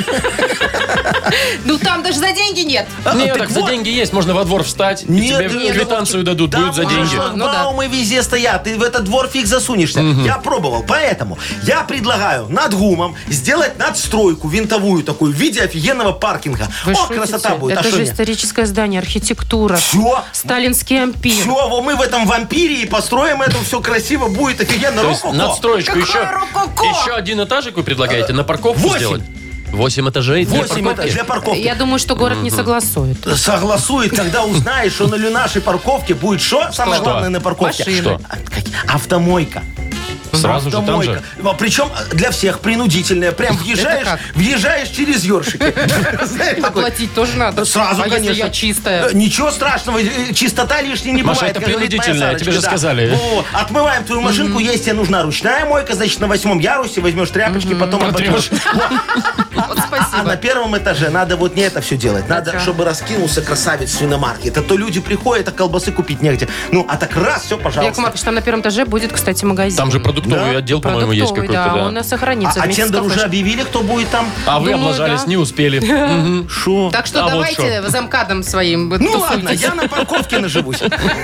Ну, там даже за деньги нет. Нет, так так за вот. деньги есть, можно во двор встать, и Нет, тебе нет, квитанцию дадут, там будет за уже деньги. шлагбаумы везде стоят, ты в этот двор фиг засунешься. Я пробовал, поэтому я предлагаю над ГУМом сделать надстройку винтовую такую в виде офигенного паркинга. Вы О, шутите? красота будет. Это а же шо нет? историческое здание, архитектура. Все. Сталинский ампир. Все, мы в этом вампире и построим это все красиво, будет офигенно. То есть Рококо. надстроечку Какое рококо? еще один этажик вы предлагаете на парковку 8. сделать? 8 этажей для 8 парковки? это для парковки. Я думаю, что город не согласует. Согласует, когда узнаешь, что на нашей парковке будет что? Самое Что? главное на парковке. Машины. Что? Автомойка. Сразу же там же? Причем для всех принудительная. Прям как? въезжаешь через ёршики. Знаешь, такой. Оплатить тоже надо. Сразу, а конечно. если я чистая? Ничего страшного, чистота лишней не Маша, бывает. это как говорит моя принудительное, Сарочка, тебе же да. сказали. Во-во. Отмываем твою машинку, если тебе нужна ручная мойка, значит, на 8 ярусе возьмешь тряпочки, потом оботрешь. Вот А на спасибо. первом этаже надо вот не это все делать. Надо, чё? чтобы раскинулся красавец свиномаркет. А то люди приходят, а колбасы купить негде. Ну, а так раз, все, Яков пожалуйста. Маркович, там на первом этаже будет, кстати, магазин. Там же продуктовый Да? отдел, по-моему, есть Продуктовый, какой-то, да. да. Он у нас сохранится. А вместе с тендер уже кафешкой. объявили, кто будет там? А вы Думаю, облажались, да. не успели. Шо? Так что А вот давайте замкадом своим Ну тусуйтесь. ладно, я на парковке наживусь.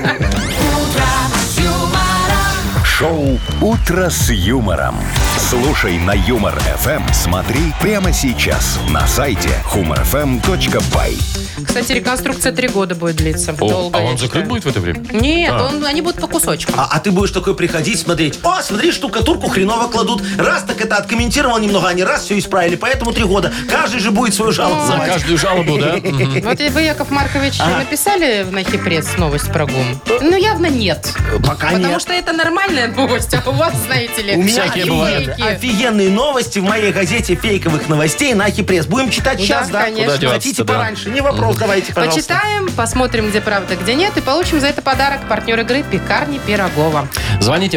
Шоу «Утро с юмором». Слушай на Юмор ФМ. Смотри прямо сейчас на сайте humorfm.by. Кстати, реконструкция 3 года будет длиться. Долго, А я он считаю. закрыт будет в это время? Нет, они будут по кусочкам. А ты будешь такой приходить, смотреть. О, смотри, штукатурку хреново кладут. Раз так это откомментировал немного, они раз все исправили. Поэтому 3 года. Каждый же будет свою жалобу За давать. каждую жалобу, да? Мгм. Вот и вы, Яков Маркович, написали на Хипресс новость про ГУМ? Ну, явно нет. Пока Потому нет. что это нормальная новость, а у вас, знаете ли, У меня Всякие бывают. офигенные новости в моей газете фейковых новостей на Пресс. Будем читать Да, сейчас, да? конечно. Куда Хотите деваться-то, да. пораньше? Не вопрос, давайте, пожалуйста. Почитаем, посмотрим, где правда, где нет, и получим за это подарок. Партнер игры «Пекарни Пирогова». Звоните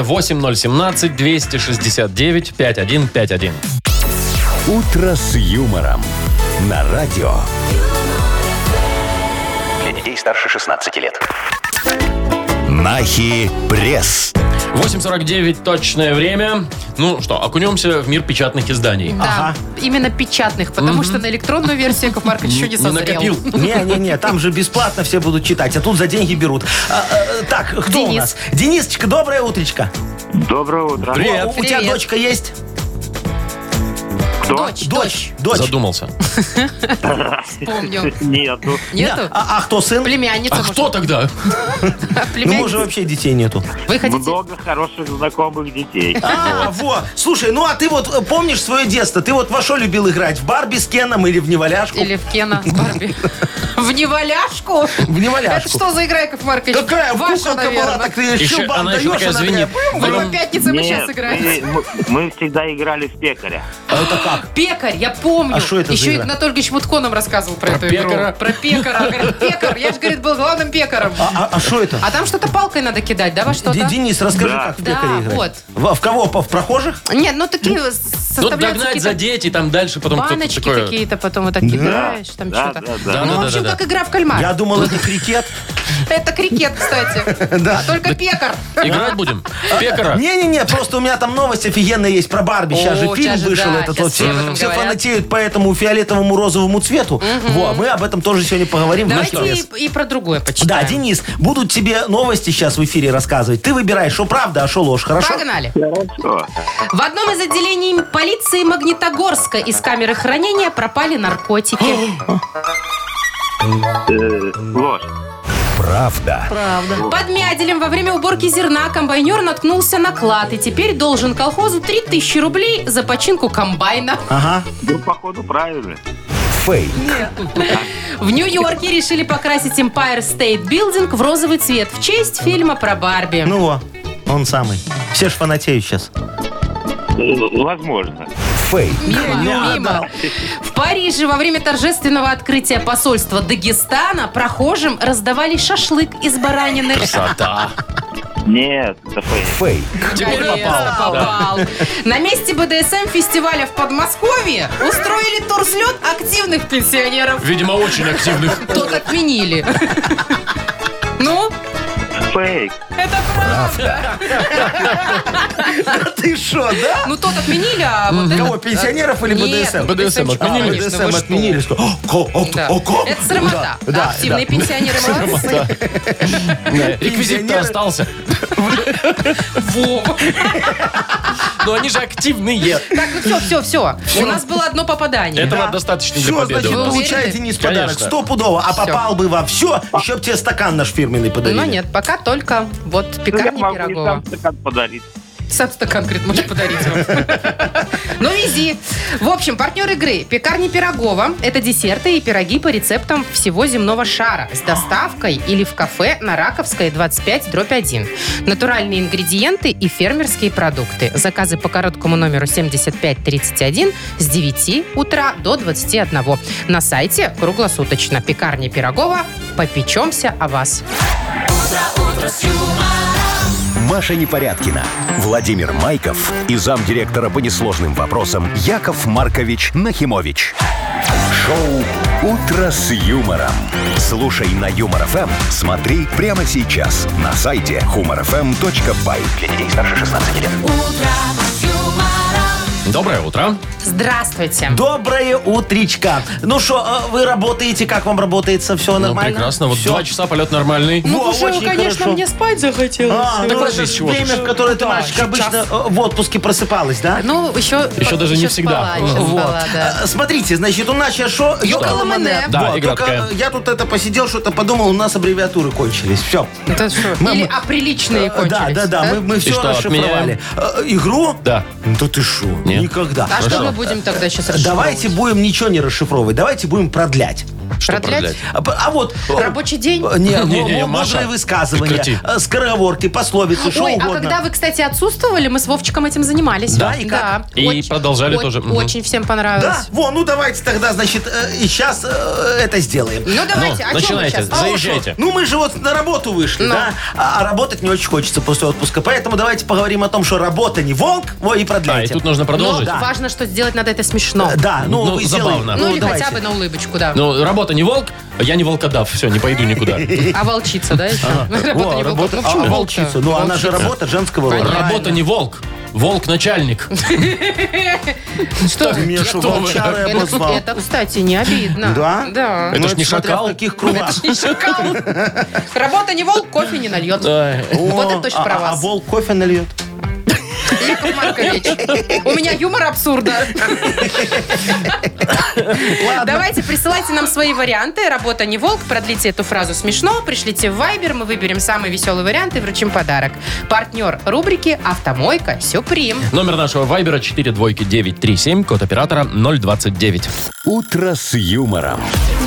8017-269-5151. «Утро с юмором» на радио. Для детей старше 16 лет. Нахи Пресс. 8:49 точное время. Ну что, окунемся в мир печатных изданий. Да, именно печатных, потому что на электронную версию Яков Маркович еще не Не созрел. накопил. Не-не-не, там же бесплатно все будут читать, а тут за деньги берут. Так, кто у Денис. нас? Денисочка, доброе утречко. Доброе утро. Привет. У тебя Привет. дочка есть? Кто? Дочь. Задумался. Помню. Нету. Нету? А кто сын? Племянница. А может, кто тогда? Ну, может, вообще детей нету. Вы хотите? Много хороших знакомых детей. Вот. Слушай, ну а ты вот помнишь свое детство? Ты вот во что любил играть? В Барби с Кеном или в неваляшку? Или в Кена с Барби? В неваляшку? В неваляшку. Это что за игра, Яков Маркович? Какая Ваша, куколка была, наверное. так ты Еще, щелбан она еще даешь, такая она звенит. Вы по пятницам и сейчас Нет, играете. мы всегда играли в пекаря. А это как? Пекарь, я помню. А что это за Еще игра? Игнат Ольгович Мутко нам рассказывал про эту игру. пекаря. Про пекара. Говорит, пекар. Я же, говорит, был главным пекаром. А что это? А там что-то палкой надо кидать, да, во что-то? Денис, расскажи, Да. как в Да, пекаре играть. вот. В кого? В прохожих? Нет, ну такие Ну, составляются догнать за какие-то дети, там дальше потом кто-то баночки такое... какие-то, потом вот так кидаешь, там Да, что-то. да, да. Ну, в общем, Да-да-да-да. как игра в кальмар. Я думал, это крикет. Это крикет, кстати. Да. А только пекар. Играть будем? В пекара? Не-не-не, просто у меня там новость офигенная есть про Барби. Сейчас же О, фильм сейчас же, вышел, да, этот сейчас вот все об этом все говорят. фанатеют по этому фиолетовому розовому цвету. Вот, мы об этом тоже сегодня поговорим. Давайте Ну что? и про другое Да, почитаем. Денис, будут тебе новости сейчас в эфире рассказывать. Ты выбираешь, что правда, а что ложь, хорошо? Погнали. Хорошо. В одном из отделений полиции Магнитогорска из камеры хранения пропали наркотики. Ложь. Правда. Под Мяделем во время уборки зерна комбайнер наткнулся на клад и теперь должен колхозу 3000 рублей за починку комбайна. Ага. Ну, походу, правильно. Фейк. В Нью-Йорке решили покрасить Empire State Building в розовый цвет в честь фильма про Барби. Ну во, он самый. Все ж фанатеют сейчас. Возможно. Фейк. Мимо. В Париже во время торжественного открытия посольства Дагестана прохожим раздавали шашлык из баранины. Красота. Нет, это фейк. Фейк. Теперь Наконец-то попал. На месте БДСМ фестиваля в Подмосковье устроили турслет активных пенсионеров. Видимо, очень активных. Тот отменили. Ну, Фейк. это правда. Ты шо, да? Ну, тот отменили, а вот это- Кого, пенсионеров или Нет, БДСМ? БДСМ отменили? конечно, БДСМ вы что? отменили. Да. Как? Это срамота. Да, да, Активные да. пенсионеры молодцы. Реквизит-то остался. Во. Но они же активные. Так, ну все. У нас было одно попадание. Этого достаточно для Все, победы. значит, у нас. получаете Денис подарок. Конечно. Стопудово. А Всё. попал бы во все, еще бы тебе стакан наш фирменный подарили. Но нет, пока только вот Я пекарня могу и Пирогова. сам стакан подарить. Сам стакан, говорит, может подарить вам. Ну, вези. В общем, партнер игры «Пекарни Пирогова» – это десерты и пироги по рецептам всего земного шара с доставкой или в кафе на Раковской 25/1. Натуральные ингредиенты и фермерские продукты. Заказы по короткому номеру 7531 с 9 утра до 21. На сайте круглосуточно. «Пекарня Пирогова». Попечемся о вас. Маша Непорядкина, Владимир Майков и замдиректора по несложным вопросам Яков Маркович Нахимович. Шоу «Утро с юмором». Слушай на Юмор ФМ, смотри прямо сейчас на сайте humorfm.by. Для детей старше 16 лет. Доброе утро. Здравствуйте. Доброе утречка. Ну что, вы работаете? Как вам работается? Все Ну, нормально? прекрасно. Вот Всё? 2 часа полет нормальный. Во, Уже, очень конечно, хорошо. мне спать захотелось. Так ну, ложись, это чего ты время, ж. в которое ты, Да, Машечка, обычно час. в отпуске просыпалась, да? Ну, еще даже не всегда. Спала, еще Вот. спала, да. Смотрите, значит, у нас сейчас что? Йоколэмэне. Да, Вот, игра только такая. я тут это посидел, что-то подумал, у нас аббревиатуры кончились. Все. Это что? Или приличные кончились? Да, мы все что, расшифровали. Игру? Да. Да ты шо? Нет. Никогда. А что мы будем тогда сейчас расшифровывать? Давайте будем ничего не расшифровывать, давайте будем продлять. Что Продлять? продлять? А вот... Рабочий день? Не, Маша, мудрые высказывания, прекрати. скороговорки, пословицы, что Ой, угодно. а когда вы, кстати, отсутствовали, мы с Вовчиком этим занимались. Да, и как? И продолжали тоже. Мгм. Очень всем Да, понравилось. ну давайте тогда, значит, и сейчас это сделаем. Ну давайте, о чем вы начинайте. сейчас? Заезжайте. Ну, мы же вот на работу вышли, Ну. да? А работать не очень хочется после отпуска. Поэтому давайте поговорим о том, что работа не волк, и И продляйте. тут нужно Но продолжить. важно, что сделать надо это смешно. Да, ну, Ну, вы забавно. сделаете. Ну или давайте. хотя бы на улыбочку, да. Ну, работа не волк, я не волкодав. Все, не пойду никуда. А волчица, да, еще? Работа не волк. Работа, Ну почему волк-то? волчица. Ну, она же работа женского рода. Работа не волк. Волк-начальник. Что вы? Мишу Что вы? волчара я позвал. Это, кстати, не обидно. Да? Да. Это Ну, ж не смотря шакал. в каких кругах. Не шакал. Работа не волк, кофе не нальет. Вот это точно про А вас. волк кофе нальет? Яков Маркович, у меня юмор абсурда. Давайте присылайте нам свои варианты. Работа не волк. Продлите эту фразу смешно. Пришлите в Viber. Мы выберем самый веселый вариант и вручим подарок. Партнер рубрики «Автомойка Сюприм». Номер нашего вайбера 42937, код оператора 029. «Утро с юмором».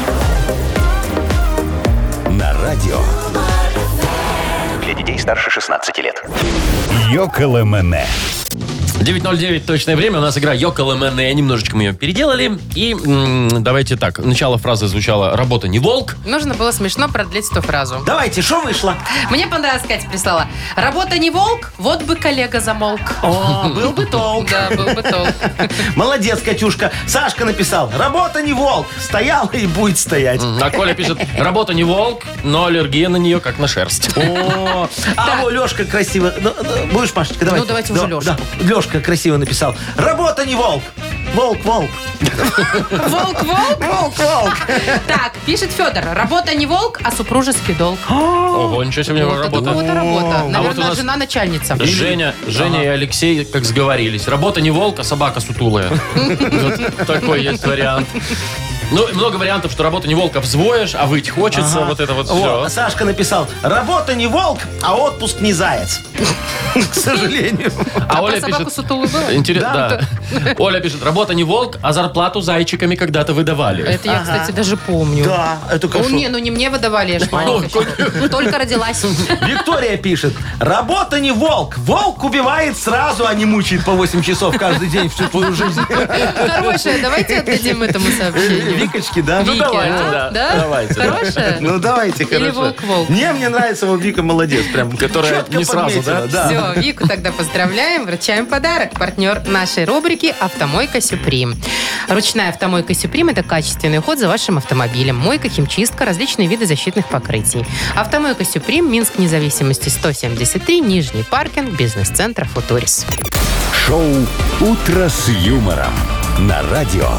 На радио Для детей старше 16 лет. «Йоколэмэне». 9:09 точное время. У нас игра Йоколэмэне. Немножечко мы ее переделали. И давайте так. Начало фразы звучало «Работа не волк». Нужно было смешно продлить эту фразу. Давайте, что вышло? Мне понравилось, Катя прислала. Работа не волк, вот бы коллега замолк. О, был бы толк. Да, был бы толк. Молодец, Катюшка. Сашка написал: работа не волк. Стояла и будет стоять. А Коля пишет «Работа не волк, но аллергия на нее как на шерсть». О, а вот Лешка красиво. Будешь, Машечка, давай. Ну, давайте уже Лешку. Лешка красиво написал: работа не волк. Волк, волк. Волк, волк? Волк, волк. Так, пишет Федор. Работа не волк, а супружеский долг. Ого, ничего себе у него Вот это работа. вот работа. вот Наверное, у нас- жена начальница. Женя и Алексей как сговорились. Работа не волк, а собака сутулая. Вот такой есть вариант. Ну, много вариантов, что работа не волк, а взвоешь, а выть хочется. Вот это вот О, все. Сашка написал: работа не волк, а отпуск не заяц. К сожалению. А Оля собаку пишет... сутулую было? Интересно, да. Оля пишет, работа не волк, а зарплату зайчиками когда-то выдавали. Это я, кстати, даже помню. Да, это как Ну, не, ну не мне выдавали, я ж маленькая еще. Только родилась. Виктория пишет: работа не волк. Волк убивает сразу, а не мучает по 8 часов каждый день всю твою жизнь. Хорошая, давайте отдадим этому сообщению. Викочки, да? Вике, давайте, а? да. Давайте, да. Хорошая? Ну давайте, Или хорошо. волк-волк? Не, мне нравится, вот Вика молодец. Прям Которая четко не сразу, подметила, да? Все, Вику тогда поздравляем, вручаем подарок. Партнер нашей рубрики «Автомойка Сюприм». Ручная «Автомойка Сюприм» — это качественный уход за вашим автомобилем. Мойка, химчистка, различные виды защитных покрытий. «Автомойка Сюприм», Минск, независимости 173, Нижний паркинг, бизнес-центр «Футурис». Шоу «Утро с юмором». На радио.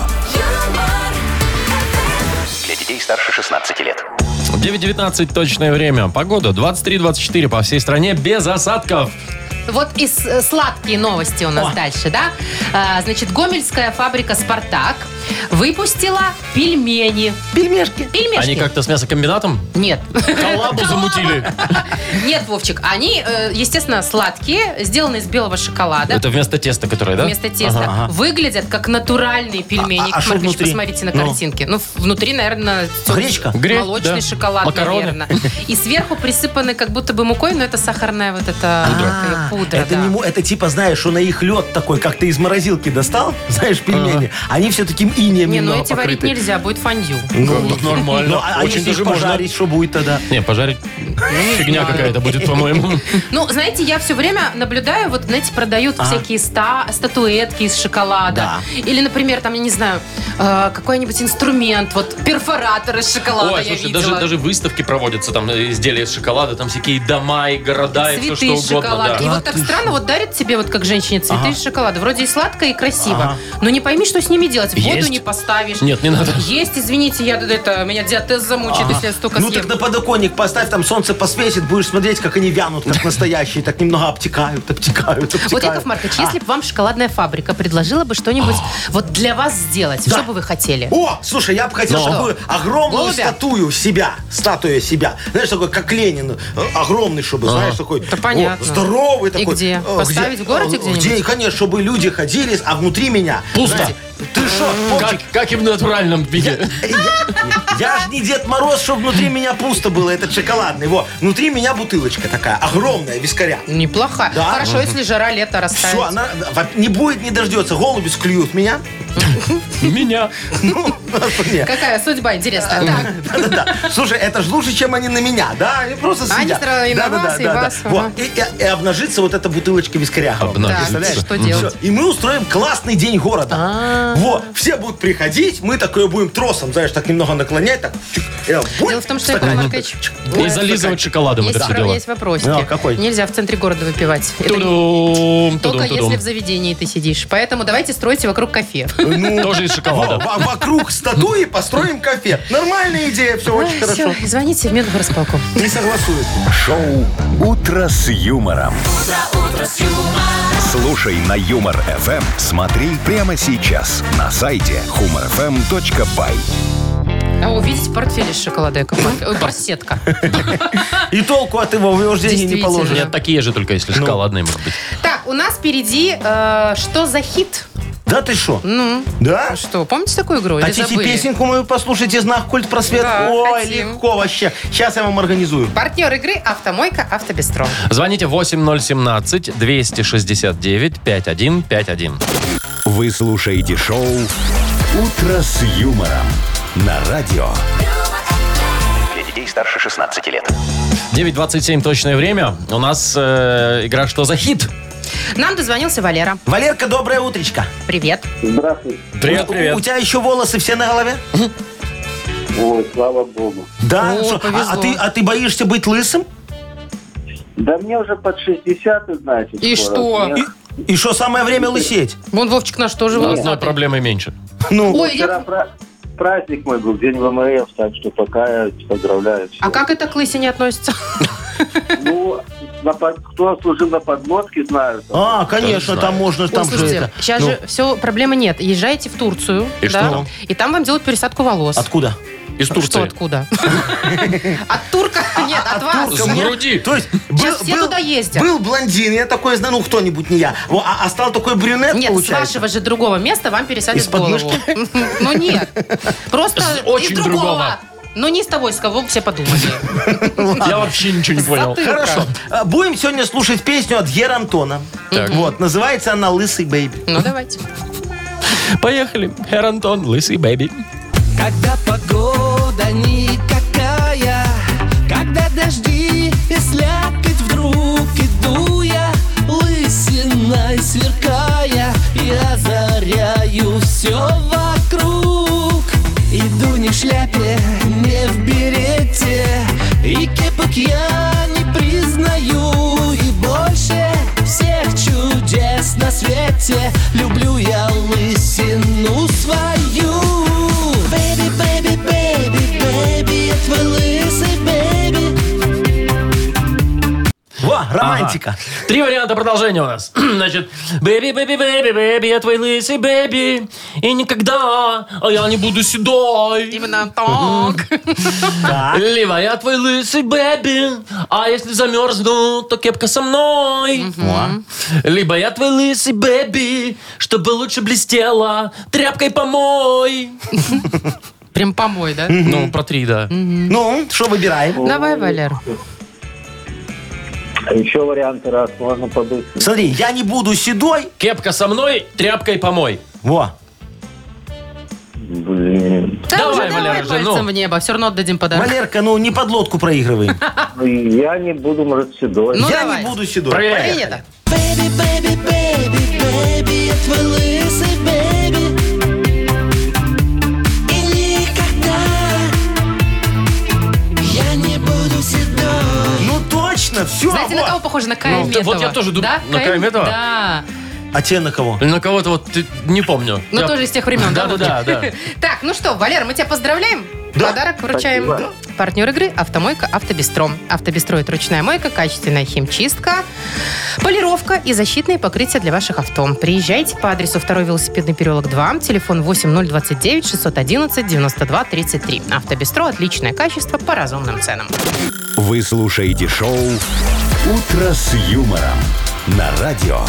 Для детей старше 16 лет. 9:19 точное время. Погода 23-24 по всей стране без осадков. Вот и сладкие новости у нас дальше, да? Значит, гомельская фабрика «Спартак» выпустила пельмени. Пельмешки. Пельмешки. Они как-то с мясокомбинатом Нет. коллабу замутили. Нет, Вовчик, они, естественно, сладкие, сделаны из белого шоколада. Это вместо теста, которое, да? Вместо теста. Выглядят как натуральные пельмени. А что Маркович, внутри? посмотрите на Ну. картинке. Ну, внутри, наверное, Гречка? Гречка, молочный да. шоколад, Макароны. наверное. И сверху присыпаны как будто бы мукой, но это сахарная вот эта пудра. Это, да. это типа, знаешь, что на их лед такой, как ты из морозилки достал, знаешь, пельмени. Они все таким инеем Не, ну немного эти варить покрыты. нельзя, будет фондю. Ну, Нормально. ну, а Очень если их даже можно. пожарить, что будет тогда? Не, пожарить фигня какая-то будет, по-моему. Ну, знаете, я все время наблюдаю, вот, знаете, продают всякие статуэтки из шоколада. Или, например, там, я не знаю, какой-нибудь инструмент, вот, перфоратор из шоколада Ой, я слушай, видела. даже выставки проводятся, там изделия из шоколада, там всякие дома и города, и все Цветы что из угодно. шоколада. Да. И вот так странно, вот дарят тебе, вот как женщине, цветы из шоколада. Вроде и сладко, и красиво. Но не пойми, что с ними делать. В воду Есть? не поставишь. Нет, не надо. Есть, извините, меня диатез замучит, если я столько Ну съем. так на подоконник поставь, там солнце солнце посветит, будешь смотреть, как они вянут, как настоящие, так немного обтекают. Вот, Яков Маркович, если бы вам шоколадная фабрика предложила бы что-нибудь вот для вас сделать, что бы вы хотели? О, слушай, я бы хотел, чтобы огромную статуя себя, знаешь, такой, как Ленин, огромный, чтобы, знаешь, такой, Это понятно. здоровый такой. И где? Поставить в городе где-нибудь? Где, конечно, чтобы люди ходили, а внутри меня... Пусто. знаете, ты что, Вовчик, Как и в натуральном виде. я же не Дед Мороз, чтобы внутри меня пусто было, этот шоколадный. Во, внутри меня бутылочка такая, огромная, вискаря. Неплохо. Да. Хорошо, если жара, лето растает. Все, она не будет, не дождется. Голуби склюют меня. Меня. Ну, нет. Какая судьба интересная. Так. Да-да-да. Слушай, это же лучше, чем они на меня, да? Они просто Они сидят. сразу и на вас, и вас, Вот. ага. И обнажится вот эта бутылочка вискаря. Обнажится. Так, что делать? Всё. И мы устроим классный день города. Вот. Все будут приходить, мы такое будем тросом, знаешь, так немного наклонять, так. Чик, Дело в том, что, Яков Маркович, И зализывать шоколадом это все дело. есть вопросики. Ну, какой? Нельзя в центре города выпивать. Это Тудум, только тудум, если тудум. в заведении ты сидишь. Поэтому давайте стройте вокруг кафе. Тоже из шоколада. Вокруг статуи построим кафе. Нормальная идея, все очень хорошо. Все, звоните в Мингорисполком. Не согласуют. Шоу «Утро с юмором». Слушай на Юмор ФМ. Смотри прямо сейчас на сайте humorfm.by. А увидите портфель из шоколада, Яков Маркович. Барсетка. И толку от его вывождения не Действительно. положено. Нет, такие же, только если шоколадные, может быть. Так, у нас впереди что за хит? Да ты что? Да? Что, помните такую игру? Или Хотите забыли? песенку мою послушать из «Знак культ просвет»? Да, Ой, хотим. легко вообще. Сейчас я вам организую. Партнер игры «Автомойка Автобестро». Звоните 8017-269-5151. Вы слушаете шоу «Утро с юмором» на радио. Для детей старше 16 лет. 9:27 точное время. У нас игра «Что за хит?». Нам дозвонился Валера. Валерка, доброе утречко. Привет. Здравствуйте. Привет, У тебя еще волосы все на голове? Ой, слава богу. Да? О, Шо, повезло. а ты боишься быть лысым? Да мне уже под 60, знаете. И скоро. что? Мне- И что, самое время лысеть? Вон Вовчик наш тоже Одной волосатый. проблемой меньше. Ну, Ой, Вчера праздник мой был, день ВМФ, так что пока я поздравляю. всех. а как это к лысине относится? Ну, кто служил на подмостке, знают. конечно, знаю. там можно, Ой, там же слушайте, это. сейчас Ну, же все, проблемы нет. Езжайте в Турцию, И да, что? и там вам делают пересадку волос. Откуда? Из Что Турции. откуда? От турка? Нет, от вас. С груди. То есть Сейчас все туда ездят. был блондин, я такой знаю, ну кто-нибудь, не я. А стал такой брюнет, Нет, с получается? вашего же другого места вам пересадят Из голову. Ну нет. Просто С из очень другого. другого. Ну не с того, с кого все подумали. Я вообще ничего не понял. Затылка. Хорошо. Будем сегодня слушать песню от Герантона. Так. Вот, называется она «Лысый бэйби». Ну давайте. Поехали. Хэр Антон, лысый бэби. Когда погода никакая, когда дожди и слякоть вдруг иду я, лысиной сверкая, и озаряю все вокруг. Иду не в шляпе, не в берете, и кепок я не признаю, и больше всех чудес на свете люблю я лысину свою. Baby, baby, baby, baby, я твой лысый baby. Во, романтика. Три варианта продолжения у нас. Значит, бэби, бэби, бэби, бэби, я твой лысый бэби. И никогда я не буду седой. Именно так. Либо я твой лысый бэби, а если замерзну, то кепка со мной. Либо я твой лысый бэби, чтобы лучше блестела, тряпкой помой. Прям помой, да? Ну, про три, да. Ну, что выбираем? Давай, Валер. А еще варианты, раз можно побыстрее. Смотри, я не буду седой. Кепка со мной, тряпкой помой. Во. Блин. Да Давай, уже давай Валера, же, пальцем ну. в небо. Все равно отдадим подарок. Валерка, ну не под лодку проигрываем. Я не буду, может, седой. Ну, Я давай. не буду седой. Проверяй. Поехали. Baby, baby, baby, baby, я твой лысый baby. И никогда я не буду седой. Ну точно, все. Знаете, на кого похоже? На Кая Ну, Метова. вот я тоже думаю, Да? на Кая Метова? Да. А те на кого? На кого-то вот не помню. Ну, Я- тоже из тех времен, да? Да. Так, ну что, Валер, мы тебя поздравляем. Да. Подарок вручаем. Спасибо. Партнер игры «Автомойка Автобестро». «Автобестро» — это ручная мойка, качественная химчистка, полировка и защитные покрытия для ваших авто. Приезжайте по адресу 2 велосипедный переулок 2, телефон 8029 611 92 33. «Автобестро» — отличное качество по разумным ценам. Вы слушаете шоу «Утро с юмором» на радио.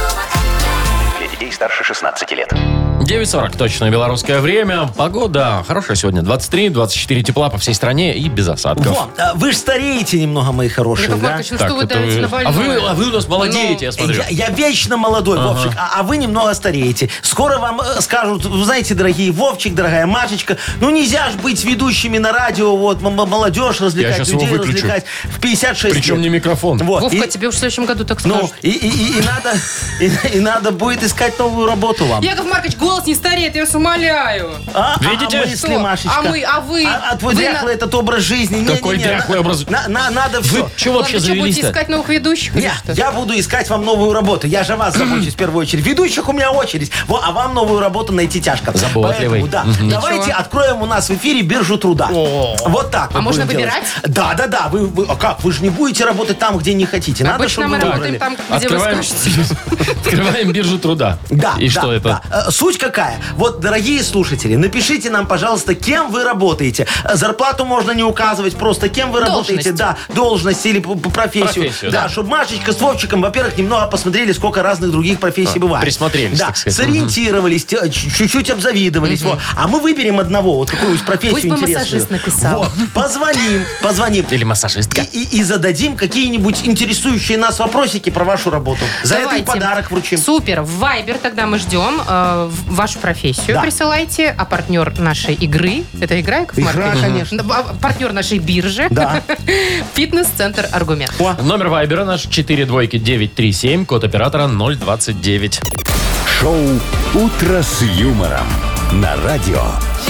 Для детей старше 16 лет. 9:40 точное белорусское время. Погода хорошая сегодня. 23-24 тепла по всей стране и без осадков. Вот, вы же стареете немного, мои хорошие, Яков да? Маркович, ну Так, что вы это давите на больное? А вы у нас молодеете, я смотрю. Я вечно молодой, Вовчик, а вы немного стареете. Скоро вам скажут, вы знаете, дорогие Вовчик, дорогая Машечка, ну нельзя же быть ведущими на радио, вот, молодежь развлекать, щас его людей выключу. развлекать в 56 Причем лет. не микрофон. Вот, Вовка, и- тебе уж в следующем году так ну, скажут. и надо будет искать новую работу вам. Яков Маркович, голос не стареет, я вас умоляю. Видите? А мысли, Что? Машечка? А вы? А твой Вы дряхлый этот образ жизни? Какой дряхлый образ? Надо все. Вы чего вообще Ладно, что, будете завелись-то? искать новых ведущих или Не, что? я буду искать вам новую работу. Я же вас забочусь в первую очередь. Ведущих у меня очередь. А вам новую работу найти тяжко. Заботливый. Поэтому, да. Мгм. Давайте Ничего. откроем у нас в эфире биржу труда. Вот так. А вот можно будем делать. выбирать? Да. А как? Вы же не будете работать там, где не хотите. Надо, Обычно чтобы мы вы работаем выбрали. там, где вы Открываем, скажете. открываем биржу труда. Да, И да, что это? да. Суть какая? Вот, дорогие слушатели, напишите нам, пожалуйста, кем вы работаете. Зарплату можно не указывать, просто кем вы работаете. Да, должность или профессию. Профессию, да, да. чтобы Машечка с Вовчиком, во-первых, немного посмотрели, сколько разных других профессий бывает. присмотрелись, Да, так сказать. сориентировались, чуть-чуть обзавидовались. Вот. А мы выберем одного, вот какую-нибудь профессию Пусть бы интересную. массажист написал. Вот, позвоним. Или массажистка. И зададим какие-нибудь интересующие нас вопросики про вашу работу. За это и Давайте. подарок вручим. Супер. В Viber тогда мы ждем вашу профессию. Да. Присылайте. А партнер нашей игры, это игра, Яков Игра, Маркович? конечно. Партнер нашей биржи. Да. Фитнес-центр «Аргумент». Номер вайбера наш 42937, код оператора 029. Шоу «Утро с юмором» на радио.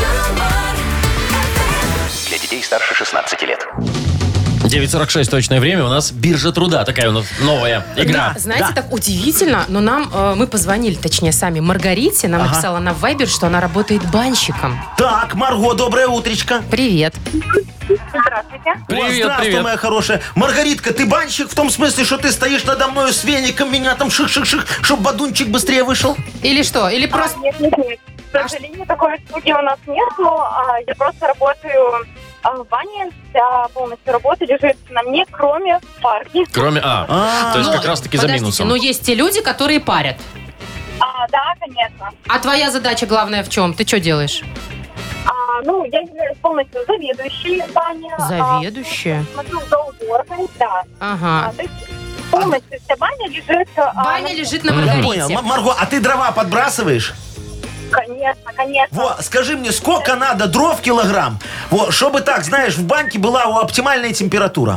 Для детей старше 16 лет. 9:46 точное время. У нас биржа труда. Такая у нас новая игра. Да, знаете, Да. так удивительно, но мы позвонили, точнее, сами Маргарите. Нам написала на Viber, что она работает банщиком. Так, Марго, доброе утречко. Привет. Здравствуйте. Привет, Здравствуй, привет. моя хорошая. Маргаритка, ты банщик в том смысле, что ты стоишь надо мной с веником, меня там ших-ших-ших, чтобы бадунчик быстрее вышел? Или что? Или просто... Нет. К сожалению, такой студии у нас нету. Я просто работаю в бане. Вся полностью работа лежит на мне, кроме парки. Кроме... то есть Ну, как раз-таки за подождите, минусом. но есть те люди, которые парят. Да, конечно. А твоя задача главная в чем? Ты что делаешь? Я являюсь полностью заведующей в бане. Заведующая? Смотрю за уборкой, да. Ага. То есть полностью вся баня лежит... Баня лежит на Я Маргарите. понял. Марго, а ты дрова подбрасываешь? Конечно. Вот, скажи мне, сколько надо дров килограмм, вот, чтобы так, знаешь, в банке была оптимальная температура?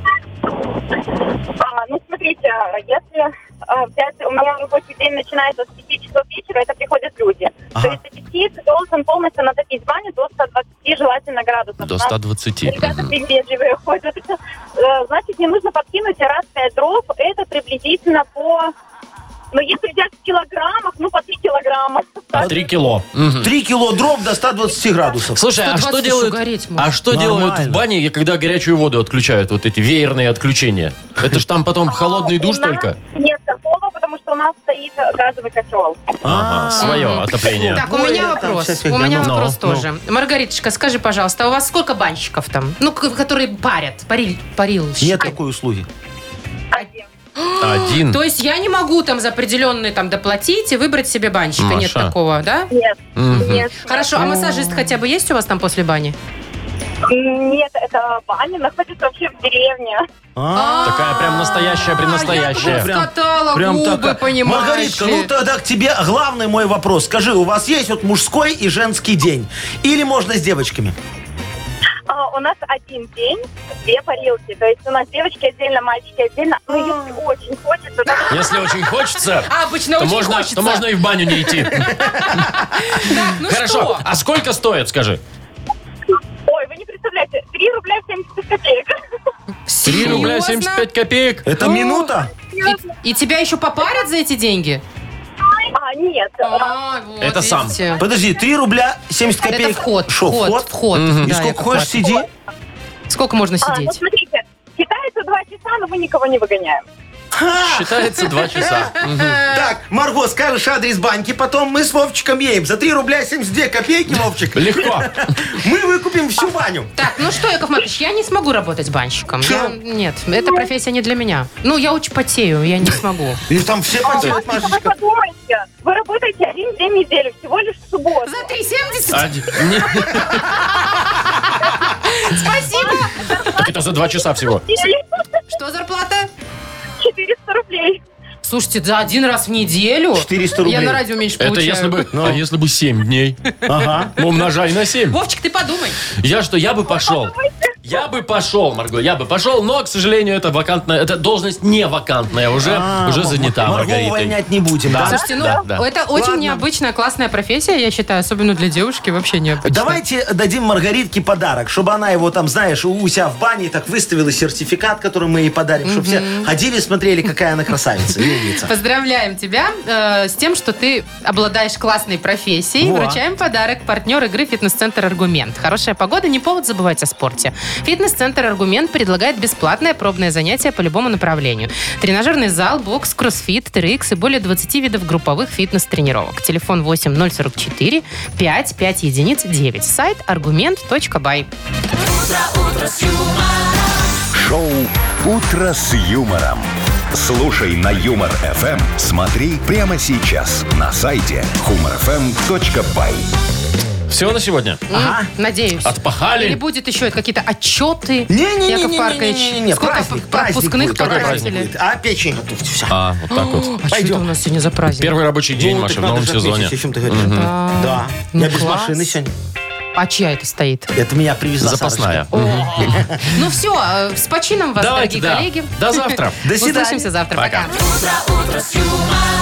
Смотрите, если у меня рабочий день начинается с 5 часов вечера, это приходят люди. Ага. То есть до 5 ты должен полностью натопить баню до 120 желательно градусов. До 120. Ребята приветливые ходят. Значит, не нужно подкинуть раз 5 дров. Это приблизительно если взять в килограммах, по 3 килограмма. 3 кило. Мгм. 3 кило дров до 120 градусов. Слушай, а 120 что еще делают? гореть может. А что делают Нормально. в бане, когда горячую воду отключают? Вот эти веерные отключения. Это ж там потом холодный душ У нас только? Нет такого, потому что у нас стоит газовый котел. Ага, свое отопление. Так, у Ой, меня там вопрос. вся фигня. У меня Ну, вопрос ну. тоже. Маргариточка, скажи, пожалуйста, а у вас сколько банщиков там? Которые парят, парильщики? Нет такой услуги. Один. Один. То есть я не могу там за определенные там доплатить и выбрать себе банщика? Маша. Нет такого, да? Нет. Мгм. Нет. Хорошо, а массажист хотя бы есть у вас там после бани? Нет, это баня находится вообще в деревне. Такая прям настоящая, преднастоящая. Я раскатала губы, такая. понимаешь. Маргаритка, тогда к тебе главный мой вопрос. Скажи, у вас есть вот мужской и женский день? Или можно с девочками? У нас один день, 2 парилки. То есть у нас девочки отдельно, мальчики отдельно. Но если очень хочется... то- Если очень хочется, А, обычно то очень можно, хочется. то можно и в баню не идти. Так, ну Хорошо. что? А сколько стоит, скажи? Ой, вы не представляете, 3 рубля 70 копеек. 3 рубля Серьезно? 75 копеек. Это минута? И тебя еще попарят за эти деньги? Нет. Вот, Это сам. видите. Подожди, 3 рубля 70 копеек. Это вход. Шо, Вход. И Да, сколько Яков хочешь, Маркович. сиди. Сколько можно Ну, сидеть? смотрите, считается 2 часа, но мы никого не выгоняем. Считается 2 часа. Мгм. Так, Марго, скажешь адрес баньки, потом мы с Вовчиком едем. За 3 рубля 72 копейки, Вовчик. Легко. Мы выкупим всю баню. Так, ну что, Яков Маркович, я не смогу работать банщиком. Чё? Нет, эта профессия не для меня. Ну, я очень потею, я не смогу. И там все потеют, Вы Машечка. подумайте, вы работаете 1 день в неделю, всего лишь в субботу. За 3,70? Спасибо. Так это за 2 часа всего. Что зарплата? 400 рублей. Слушайте, за 1 раз в неделю? 400 рублей. Я на радио меньше Это получаю. если бы... А если бы 7 дней? Ага. Ну, умножай на 7. Вовчик, ты подумай. Я бы пошел. Я бы пошел, Марго, но, к сожалению, эта должность не вакантная, уже занята Марго Маргаритой. увольнять не будем, да? Слушайте, ну, да. это очень Ладно. необычная, классная профессия, я считаю, особенно для девушки вообще необычная. Давайте дадим Маргаритке подарок, чтобы она его там, знаешь, у себя в бане так выставила сертификат, который мы ей подарим, чтобы все ходили, смотрели, какая она красавица и умница. Поздравляем тебя с тем, что ты обладаешь классной профессией. Во. Вручаем подарок. Партнер игры «Фитнес-центр Аргумент». Хорошая погода, не повод забывать о спорте. «Фитнес-центр Аргумент» предлагает бесплатное пробное занятие по любому направлению. Тренажерный зал, бокс, кроссфит, TRX и более 20 видов групповых фитнес-тренировок. Телефон 8044 55 единиц 9. Сайт argument.by. Шоу «Утро с юмором». Слушай на Юмор ФМ. Смотри прямо сейчас на сайте humorfm.by. Все на сегодня? Надеюсь. Отпахали? Или будет еще какие-то отчеты, Не-не-не-не-не-не-не. Яков Маркович? Сколько Праздник пропускных будет. Какой потратили? праздник будет? А печень готовьте, все. А, вот так вот. А что это у нас сегодня за праздник? Первый рабочий день, Маша, в новом сезоне. О чем ты говоришь? Да. Ну, Я без класс. машины сегодня. А чья это стоит? Это меня привезла Запасная. Сарочка. Ну все, с почином вас, Давайте, дорогие коллеги. До завтра. До свидания. Услышимся завтра. Пока. Пока. Утро с юмором.